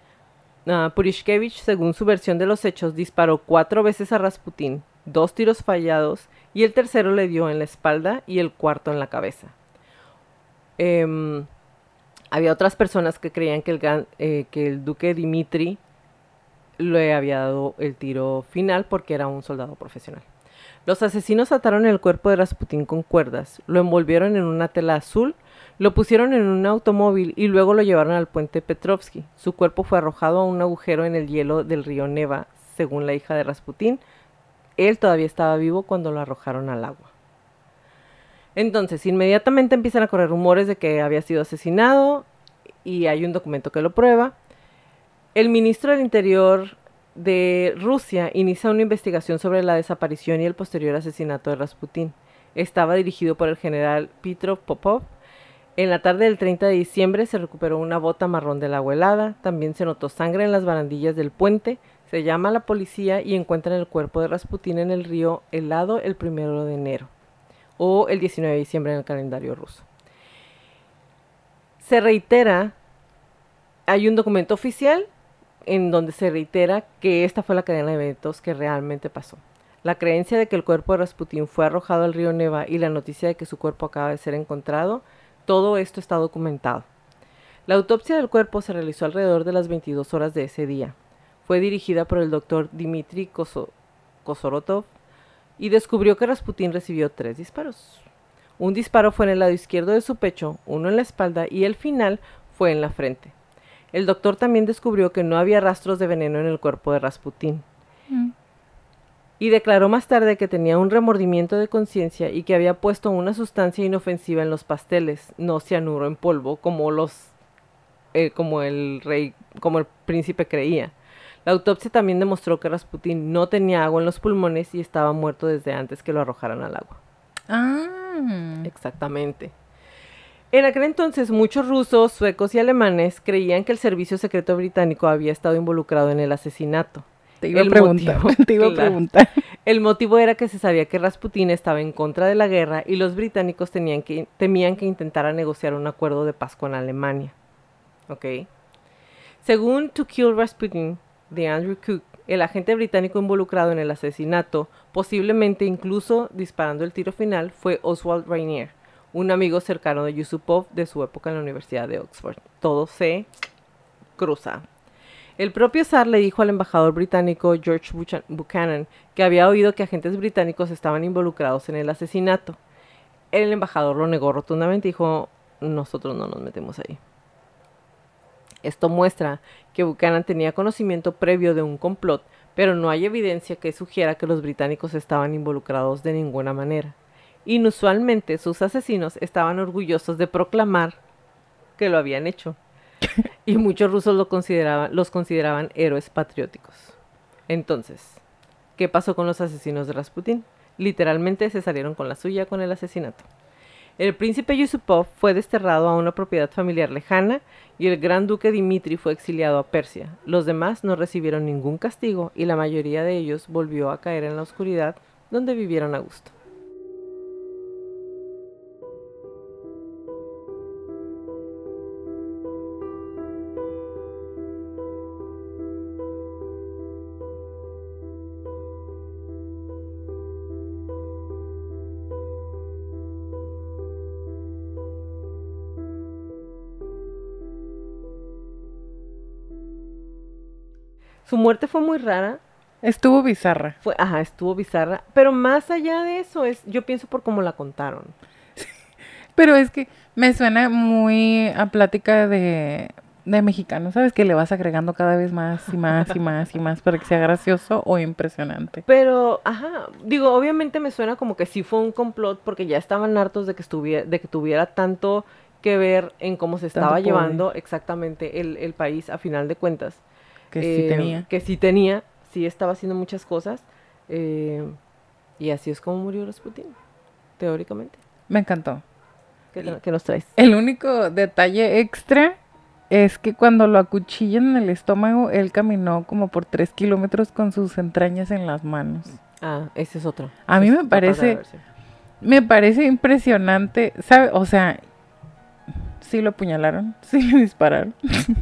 Purishkevich, según su versión de los hechos, disparó 4 veces a Rasputín, 2 tiros fallados, y el tercero le dio en la espalda y el cuarto en la cabeza. Había otras personas que creían que el duque Dmitri le había dado el tiro final porque era un soldado profesional. Los asesinos ataron el cuerpo de Rasputín con cuerdas, lo envolvieron en una tela azul, lo pusieron en un automóvil y luego lo llevaron al puente Petrovsky. Su cuerpo fue arrojado a un agujero en el hielo del río Neva, según la hija de Rasputín. Él todavía estaba vivo cuando lo arrojaron al agua. Entonces, inmediatamente empiezan a correr rumores de que había sido asesinado y hay un documento que lo prueba. El ministro del Interior de Rusia inicia una investigación sobre la desaparición y el posterior asesinato de Rasputín. Estaba dirigido por el general Petrov Popov. En la tarde del 30 de diciembre se recuperó una bota marrón del agua helada. También se notó sangre en las barandillas del puente. Se llama a la policía y encuentran el cuerpo de Rasputín en el río helado el 1 de enero o el 19 de diciembre en el calendario ruso. Se reitera, hay un documento oficial en donde se reitera que esta fue la cadena de eventos que realmente pasó. La creencia de que el cuerpo de Rasputín fue arrojado al río Neva y la noticia de que su cuerpo acaba de ser encontrado, todo esto está documentado. La autopsia del cuerpo se realizó alrededor de las 22 horas de ese día. Fue dirigida por el doctor Dmitri Kosorotov y descubrió que Rasputín recibió 3 disparos. Un disparo fue en el lado izquierdo de su pecho, uno en la espalda y el final fue en la frente. El doctor también descubrió que no había rastros de veneno en el cuerpo de Rasputín. Y declaró más tarde que tenía un remordimiento de conciencia y que había puesto una sustancia inofensiva en los pasteles, no cianuro en polvo, como los como el rey, como el príncipe creía. La autopsia también demostró que Rasputín no tenía agua en los pulmones y estaba muerto desde antes que lo arrojaran al agua. Ah. Exactamente. En aquel entonces, muchos rusos, suecos y alemanes creían que el servicio secreto británico había estado involucrado en el asesinato. Te iba a preguntar, El motivo era que se sabía que Rasputín estaba en contra de la guerra y los británicos temían que intentara negociar un acuerdo de paz con Alemania. ¿Ok? Según To Kill Rasputin, de Andrew Cook, el agente británico involucrado en el asesinato, posiblemente incluso disparando el tiro final, fue Oswald Rainier, un amigo cercano de Yusupov de su época en la Universidad de Oxford. Todo se cruza. El propio zar le dijo al embajador británico George Buchanan que había oído que agentes británicos estaban involucrados en el asesinato. El embajador lo negó rotundamente y dijo, nosotros no nos metemos ahí. Esto muestra que Buchanan tenía conocimiento previo de un complot, pero no hay evidencia que sugiera que los británicos estaban involucrados de ninguna manera. Inusualmente, sus asesinos estaban orgullosos de proclamar que lo habían hecho. Y muchos rusos los consideraban héroes patrióticos. Entonces, ¿qué pasó con los asesinos de Rasputín? Literalmente se salieron con la suya con el asesinato. El príncipe Yusupov fue desterrado a una propiedad familiar lejana y el gran duque Dmitri fue exiliado a Persia. Los demás no recibieron ningún castigo y la mayoría de ellos volvió a caer en la oscuridad donde vivieron a gusto. Su muerte fue muy rara. Estuvo bizarra. Estuvo bizarra. Pero más allá de eso, yo pienso por cómo la contaron. Pero es que me suena muy a plática de mexicano, ¿sabes? Que le vas agregando cada vez más y más y más y más para que sea gracioso o impresionante. Pero, digo, obviamente me suena como que sí fue un complot porque ya estaban hartos de que tuviera tanto que ver en cómo se estaba llevando exactamente el país a final de cuentas. Que sí estaba haciendo muchas cosas. Y así es como murió Rasputín, teóricamente. Me encantó. ¿Qué nos traes? El único detalle extra es que cuando lo acuchillan en el estómago, él caminó como por 3 kilómetros con sus entrañas en las manos. Ese es otro. A mí me parece impresionante, ¿sabe? O sea, sí lo apuñalaron, sí le dispararon.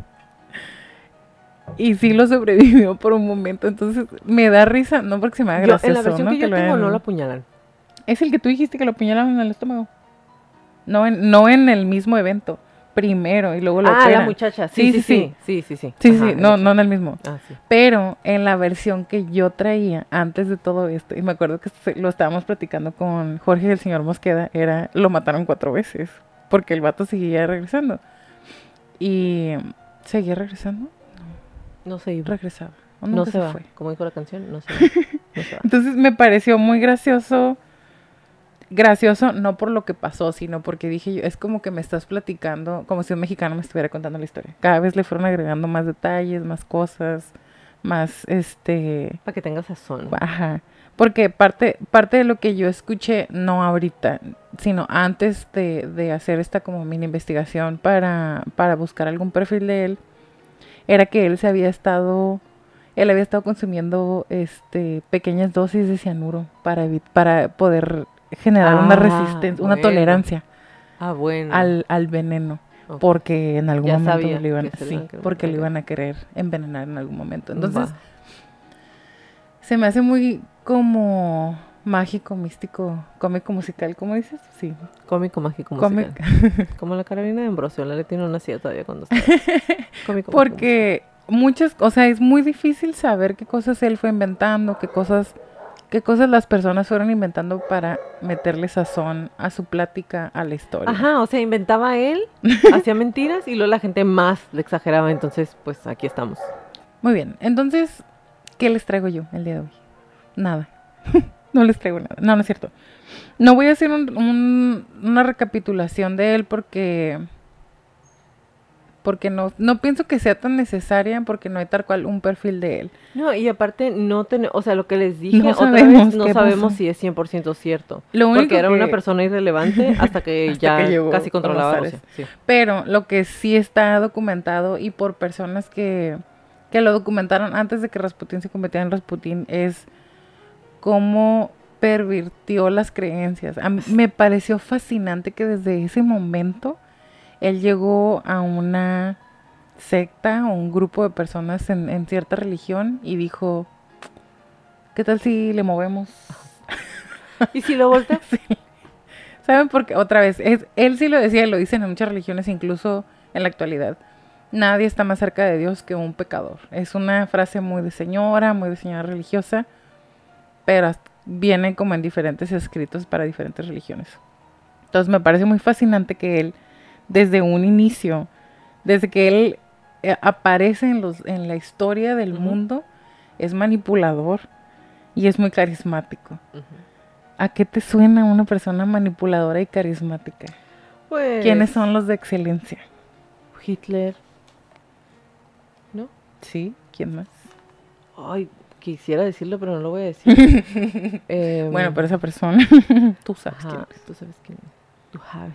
Y sí lo sobrevivió por un momento, entonces me da risa, no porque se me haga gracioso. En la versión que yo tengo no lo apuñalan. Es el que tú dijiste que lo apuñalaron en el estómago. No en el mismo evento. Primero y luego lo operan. La muchacha. Sí. No en el mismo. Sí. Pero en la versión que yo traía antes de todo esto, y me acuerdo que lo estábamos platicando con Jorge y el señor Mosqueda, lo mataron 4 veces, porque el vato seguía regresando. Y seguía regresando. No se iba. Regresaba. No se va. Como dijo la canción, no se va. Entonces me pareció muy gracioso. Gracioso no por lo que pasó, sino porque dije yo, es como que me estás platicando, como si un mexicano me estuviera contando la historia. Cada vez le fueron agregando más detalles, más cosas, más para que tenga sazón. Porque parte de lo que yo escuché, no ahorita, sino antes de hacer esta como mini investigación para buscar algún perfil de él, era que él había estado consumiendo pequeñas dosis de cianuro para poder generar una resistencia, una tolerancia al veneno, porque en algún momento lo iban a querer envenenar en algún momento. Entonces, se me hace muy como mágico, místico, cómico, musical, ¿cómo dices? Sí. Cómico, mágico, musical. Como la Carolina de Ambrosio, la Leti no nacía todavía cuando estaba. Cómico, porque es muy difícil saber qué cosas él fue inventando, qué cosas las personas fueron inventando para meterle sazón a su plática, a la historia. Inventaba él, hacía mentiras y luego la gente más le exageraba, entonces pues aquí estamos. Muy bien, entonces, ¿qué les traigo yo el día de hoy? Nada. No les traigo nada. No es cierto. No voy a hacer una recapitulación de él porque porque no pienso que sea tan necesaria porque no hay tal cual un perfil de él. No, y aparte o sea, lo que les dije No otra sabemos vez, no qué sabemos pasó. si es 100% cierto. Lo único Porque era que- una persona irrelevante hasta que Hasta ya que llegó casi con controlaba los a Rusia. zares. Sí. Pero lo que sí está documentado y por personas que lo documentaron antes de que Rasputín se convirtiera en Rasputín es cómo pervirtió las creencias. A mí me pareció fascinante que desde ese momento él llegó a una secta o un grupo de personas en cierta religión y dijo, ¿qué tal si le movemos? ¿Y si lo voltea? ¿Saben por qué? Otra vez, él sí lo decía, y lo dicen en muchas religiones, incluso en la actualidad. Nadie está más cerca de Dios que un pecador. Es una frase muy de señora religiosa, pero viene como en diferentes escritos para diferentes religiones. Entonces me parece muy fascinante que él, desde un inicio, desde que él aparece en la historia del mundo, es manipulador y es muy carismático. ¿A qué te suena una persona manipuladora y carismática? Pues... ¿Quiénes son los de excelencia? Hitler. ¿No? Sí, ¿quién más? Ay, quisiera decirlo, pero no lo voy a decir. Bueno, pero esa persona, tú sabes quién es. Tú sabes quién es. Tú sabes.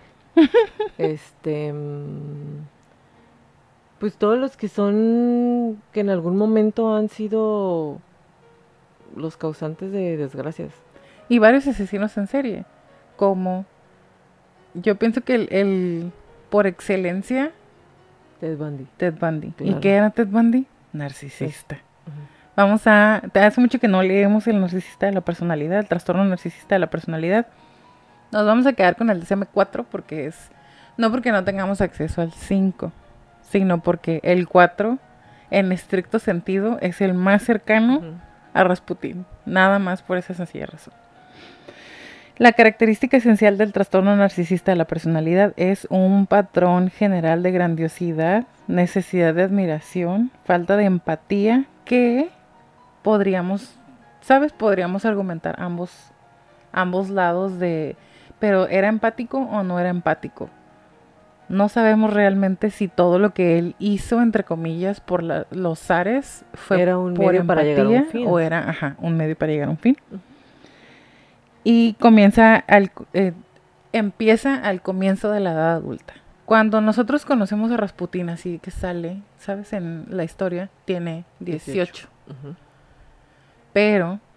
Pues todos los que en algún momento han sido los causantes de desgracias. Y varios asesinos en serie, como yo pienso que el por excelencia, Ted Bundy. Ted Bundy. Claro. ¿Y qué era Ted Bundy? Narcisista. Hace mucho que no leemos el narcisista de la personalidad, el trastorno narcisista de la personalidad. Nos vamos a quedar con el DSM-4 porque no porque no tengamos acceso al 5, sino porque el 4, en estricto sentido, es el más cercano a Rasputín. Nada más por esa sencilla razón. La característica esencial del trastorno narcisista de la personalidad es un patrón general de grandiosidad, necesidad de admiración, falta de empatía, que podríamos argumentar ambos lados pero ¿era empático o no era empático? No sabemos realmente si todo lo que él hizo, entre comillas, por los zares fue era un por medio empatía para llegar a un fin. o era un medio para llegar a un fin. Y empieza al comienzo de la edad adulta. Cuando nosotros conocemos a Rasputín, así que sale, ¿sabes? En la historia, tiene 18. Pero,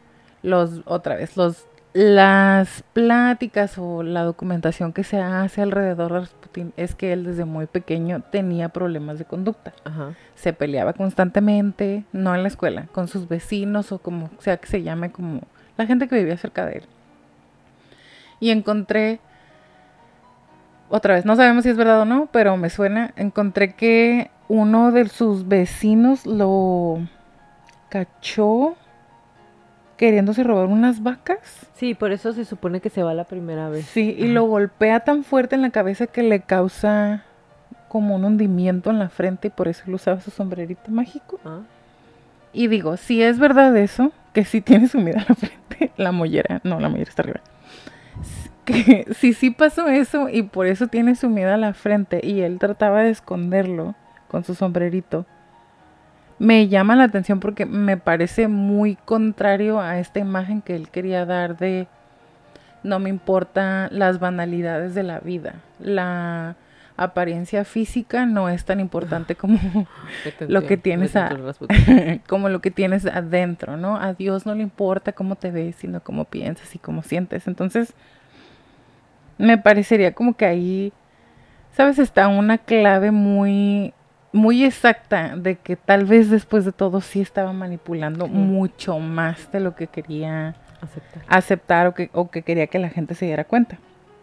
las pláticas o la documentación que se hace alrededor de Rasputín es que él desde muy pequeño tenía problemas de conducta. Se peleaba constantemente, no en la escuela, con sus vecinos o como sea que se llame, como la gente que vivía cerca de él. Y encontré, otra vez, no sabemos si es verdad o no, pero me suena, encontré que uno de sus vecinos lo cachó queriéndose robar unas vacas. Sí, por eso se supone que se va la primera vez. Sí, y lo golpea tan fuerte en la cabeza que le causa como un hundimiento en la frente y por eso él usaba su sombrerito mágico. Y digo, si es verdad eso, que sí tiene sumida la frente, la mollera está arriba. Que si sí pasó eso y por eso tiene sumida la frente y él trataba de esconderlo con su sombrerito, me llama la atención porque me parece muy contrario a esta imagen que él quería dar de no me importa las banalidades de la vida. La apariencia física no es tan importante como lo que tienes como lo que tienes adentro, ¿no? A Dios no le importa cómo te ves, sino cómo piensas y cómo sientes. Entonces, me parecería como que ahí, ¿sabes? Está una clave muy exacta de que tal vez después de todo sí estaba manipulando mucho más de lo que quería aceptar o que quería que la gente se diera cuenta.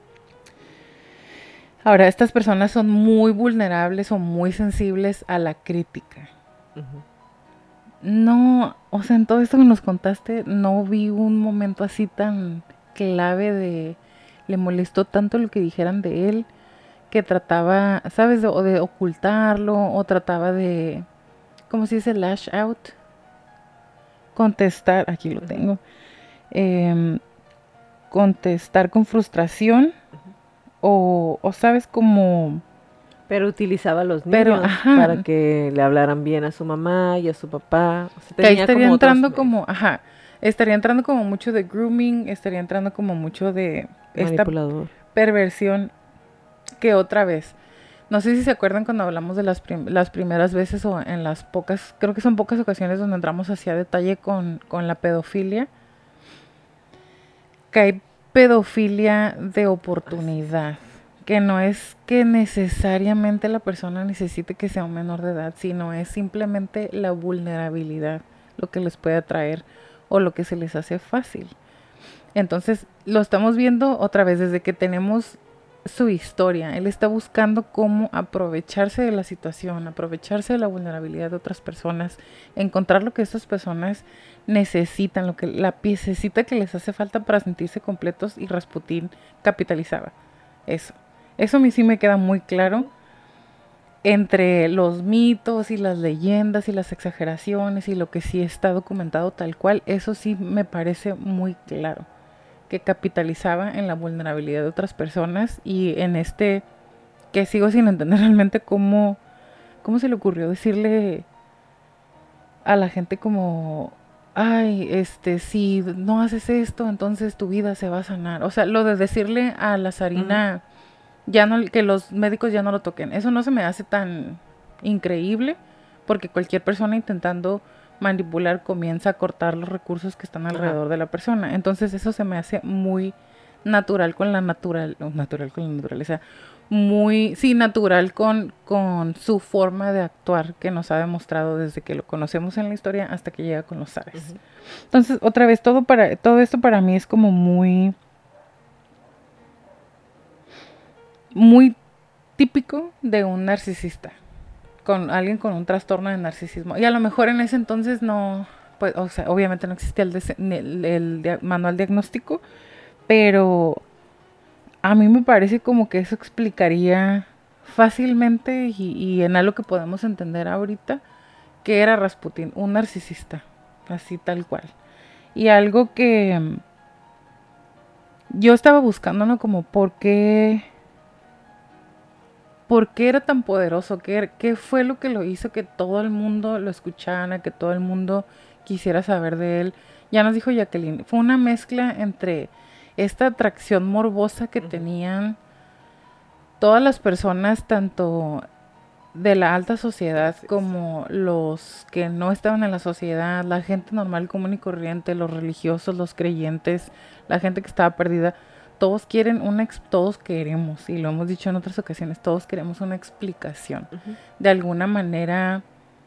Ahora, estas personas son muy vulnerables o muy sensibles a la crítica. No, o sea, en todo esto que nos contaste, no vi un momento así tan clave de le molestó tanto lo que dijeran de él, que trataba, ¿sabes? O de ocultarlo, o trataba de, ¿cómo se dice? Lash out. Contestar, aquí lo tengo. Contestar con frustración, o ¿sabes? Como Pero utilizaba a los Pero, niños ajá, para que le hablaran bien a su mamá y a su papá. O sea, que ahí tenía estaría como otros entrando medios. como, ajá, estaría entrando como mucho de grooming, estaría entrando como mucho de esta Manipulador. perversión que otra vez. No sé si se acuerdan cuando hablamos de las primeras veces o en las pocas, creo que son pocas ocasiones donde entramos hacia detalle con la pedofilia, que hay pedofilia de oportunidad, que no es que necesariamente la persona necesite que sea un menor de edad, sino es simplemente la vulnerabilidad lo que les puede atraer o lo que se les hace fácil. Entonces, lo estamos viendo otra vez desde que tenemos su historia. Él está buscando cómo aprovecharse de la situación, aprovecharse de la vulnerabilidad de otras personas, encontrar lo que estas personas necesitan, lo que la piececita que les hace falta para sentirse completos, y Rasputín capitalizaba eso. Eso a mí sí me queda muy claro entre los mitos y las leyendas y las exageraciones y lo que sí está documentado tal cual. Eso sí me parece muy claro, que capitalizaba en la vulnerabilidad de otras personas y en que sigo sin entender realmente cómo se le ocurrió decirle a la gente como, ay, si no haces esto, entonces tu vida se va a sanar. O sea, lo de decirle a la zarina, ya no, que los médicos ya no lo toquen, eso no se me hace tan increíble, porque cualquier persona intentando manipular comienza a cortar los recursos que están alrededor de la persona. Entonces eso se me hace muy natural con la natural con la naturaleza, muy, sí, natural con su forma de actuar que nos ha demostrado desde que lo conocemos en la historia hasta que llega con los Zares. Entonces, otra vez, todo esto para mí es como muy típico de un narcisista, con alguien con un trastorno de narcisismo. Y a lo mejor en ese entonces no, pues, o sea, obviamente no existía el manual diagnóstico, pero a mí me parece como que eso explicaría fácilmente y en algo que podemos entender ahorita, que era Rasputín, un narcisista, así tal cual. Y algo que yo estaba buscando, ¿no? Como ¿por qué era tan poderoso? ¿Qué fue lo que lo hizo que todo el mundo lo escuchara, que todo el mundo quisiera saber de él? Ya nos dijo Jacqueline, fue una mezcla entre esta atracción morbosa que tenían todas las personas, tanto de la alta sociedad como los que no estaban en la sociedad, la gente normal, común y corriente, los religiosos, los creyentes, la gente que estaba perdida. Todos quieren todos queremos, y lo hemos dicho en otras ocasiones, todos queremos una explicación. De alguna manera,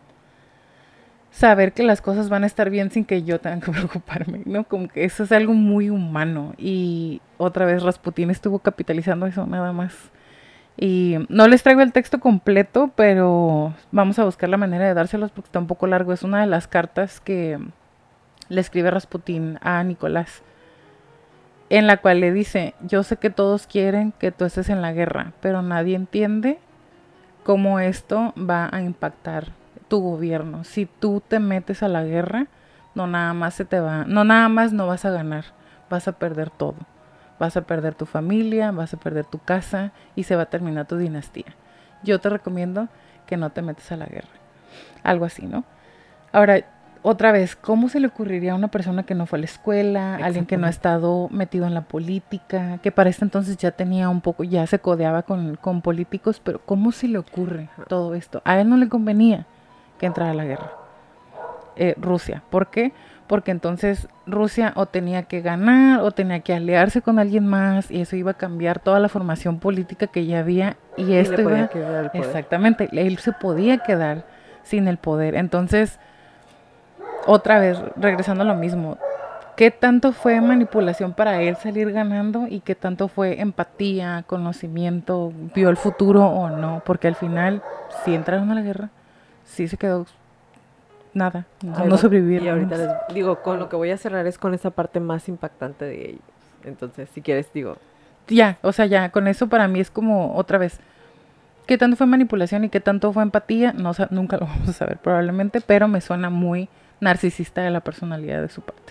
saber que las cosas van a estar bien sin que yo tenga que preocuparme, ¿no? Como que eso es algo muy humano. Y otra vez Rasputín estuvo capitalizando eso nada más. Y no les traigo el texto completo, pero vamos a buscar la manera de dárselos porque está un poco largo. Es una de las cartas que le escribe Rasputín a Nicolás, en la cual le dice, yo sé que todos quieren que tú estés en la guerra, pero nadie entiende cómo esto va a impactar tu gobierno. Si tú te metes a la guerra, no nada más no vas a ganar, vas a perder todo. Vas a perder tu familia, vas a perder tu casa y se va a terminar tu dinastía. Yo te recomiendo que no te metas a la guerra. Algo así, ¿no? Ahora, otra vez, ¿cómo se le ocurriría a una persona que no fue a la escuela, alguien que no ha estado metido en la política, que para este entonces ya tenía un poco, ya se codeaba con políticos, pero ¿cómo se le ocurre todo esto? A él no le convenía que entrara a la guerra. Rusia. ¿Por qué? Porque entonces Rusia o tenía que ganar o tenía que aliarse con alguien más y eso iba a cambiar toda la formación política que ya había y esto iba... Exactamente, él se podía quedar sin el poder. Entonces, otra vez, regresando a lo mismo, ¿qué tanto fue manipulación para él salir ganando y qué tanto fue empatía, conocimiento, vio el futuro o no? Porque al final, si entraron a la guerra, sí se quedó nada, no sobrevivieron. Y ahorita les digo, con lo que voy a cerrar es con esa parte más impactante de ellos. Entonces, si quieres, digo. Ya, o sea, ya, con eso para mí es como otra vez. ¿Qué tanto fue manipulación y qué tanto fue empatía? No, nunca lo vamos a saber probablemente, pero me suena muy narcisista de la personalidad de su parte.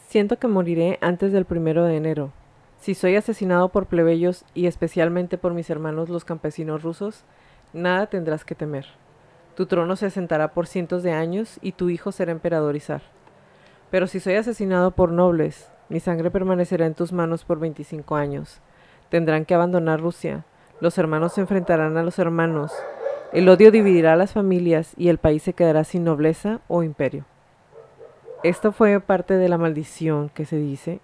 Siento que moriré antes del 1 de enero. Si soy asesinado por plebeyos y especialmente por mis hermanos los campesinos rusos, nada tendrás que temer. Tu trono se asentará por cientos de años y tu hijo será emperador y zar. Pero si soy asesinado por nobles, mi sangre permanecerá en tus manos por 25 años. Tendrán que abandonar Rusia. Los hermanos se enfrentarán a los hermanos. El odio dividirá a las familias y el país se quedará sin nobleza o imperio. Esto fue parte de la maldición que se dice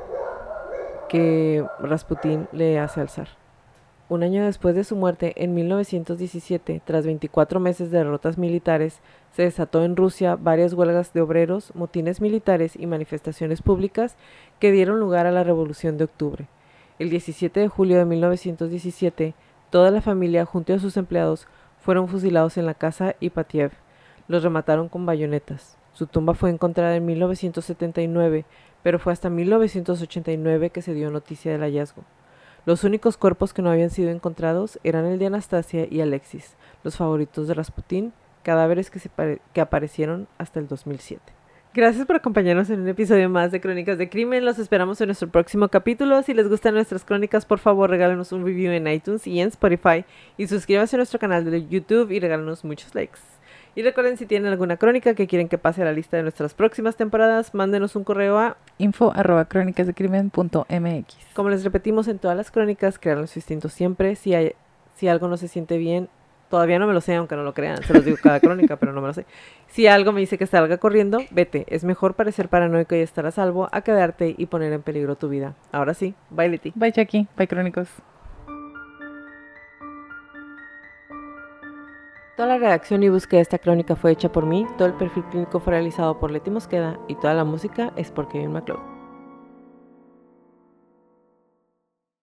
que Rasputín le hace al zar. Un año después de su muerte, en 1917, tras 24 meses de derrotas militares, se desató en Rusia varias huelgas de obreros, motines militares y manifestaciones públicas que dieron lugar a la Revolución de Octubre. El 17 de julio de 1917, toda la familia, junto a sus empleados, fueron fusilados en la casa Ipatiev. Los remataron con bayonetas. Su tumba fue encontrada en 1979, pero fue hasta 1989 que se dio noticia del hallazgo. Los únicos cuerpos que no habían sido encontrados eran el de Anastasia y Alexis, los favoritos de Rasputín, cadáveres que aparecieron hasta el 2007. Gracias por acompañarnos en un episodio más de Crónicas de Crimen. Los esperamos en nuestro próximo capítulo. Si les gustan nuestras crónicas, por favor, regálenos un review en iTunes y en Spotify. Y suscríbanse a nuestro canal de YouTube y regálenos muchos likes. Y recuerden, si tienen alguna crónica que quieren que pase a la lista de nuestras próximas temporadas, mándenos un correo a info@cronicasdecrimen.mx. Como les repetimos en todas las crónicas, crean su instinto siempre. Si algo no se siente bien, todavía no me lo sé, aunque no lo crean, se los digo cada crónica, pero no me lo sé. Si algo me dice que salga corriendo, vete. Es mejor parecer paranoico y estar a salvo a quedarte y poner en peligro tu vida. Ahora sí, bye Leti. Bye Jackie, bye Crónicos. Toda la redacción y búsqueda de esta crónica fue hecha por mí, todo el perfil clínico fue realizado por Leti Mosqueda y toda la música es por Kevin MacLeod.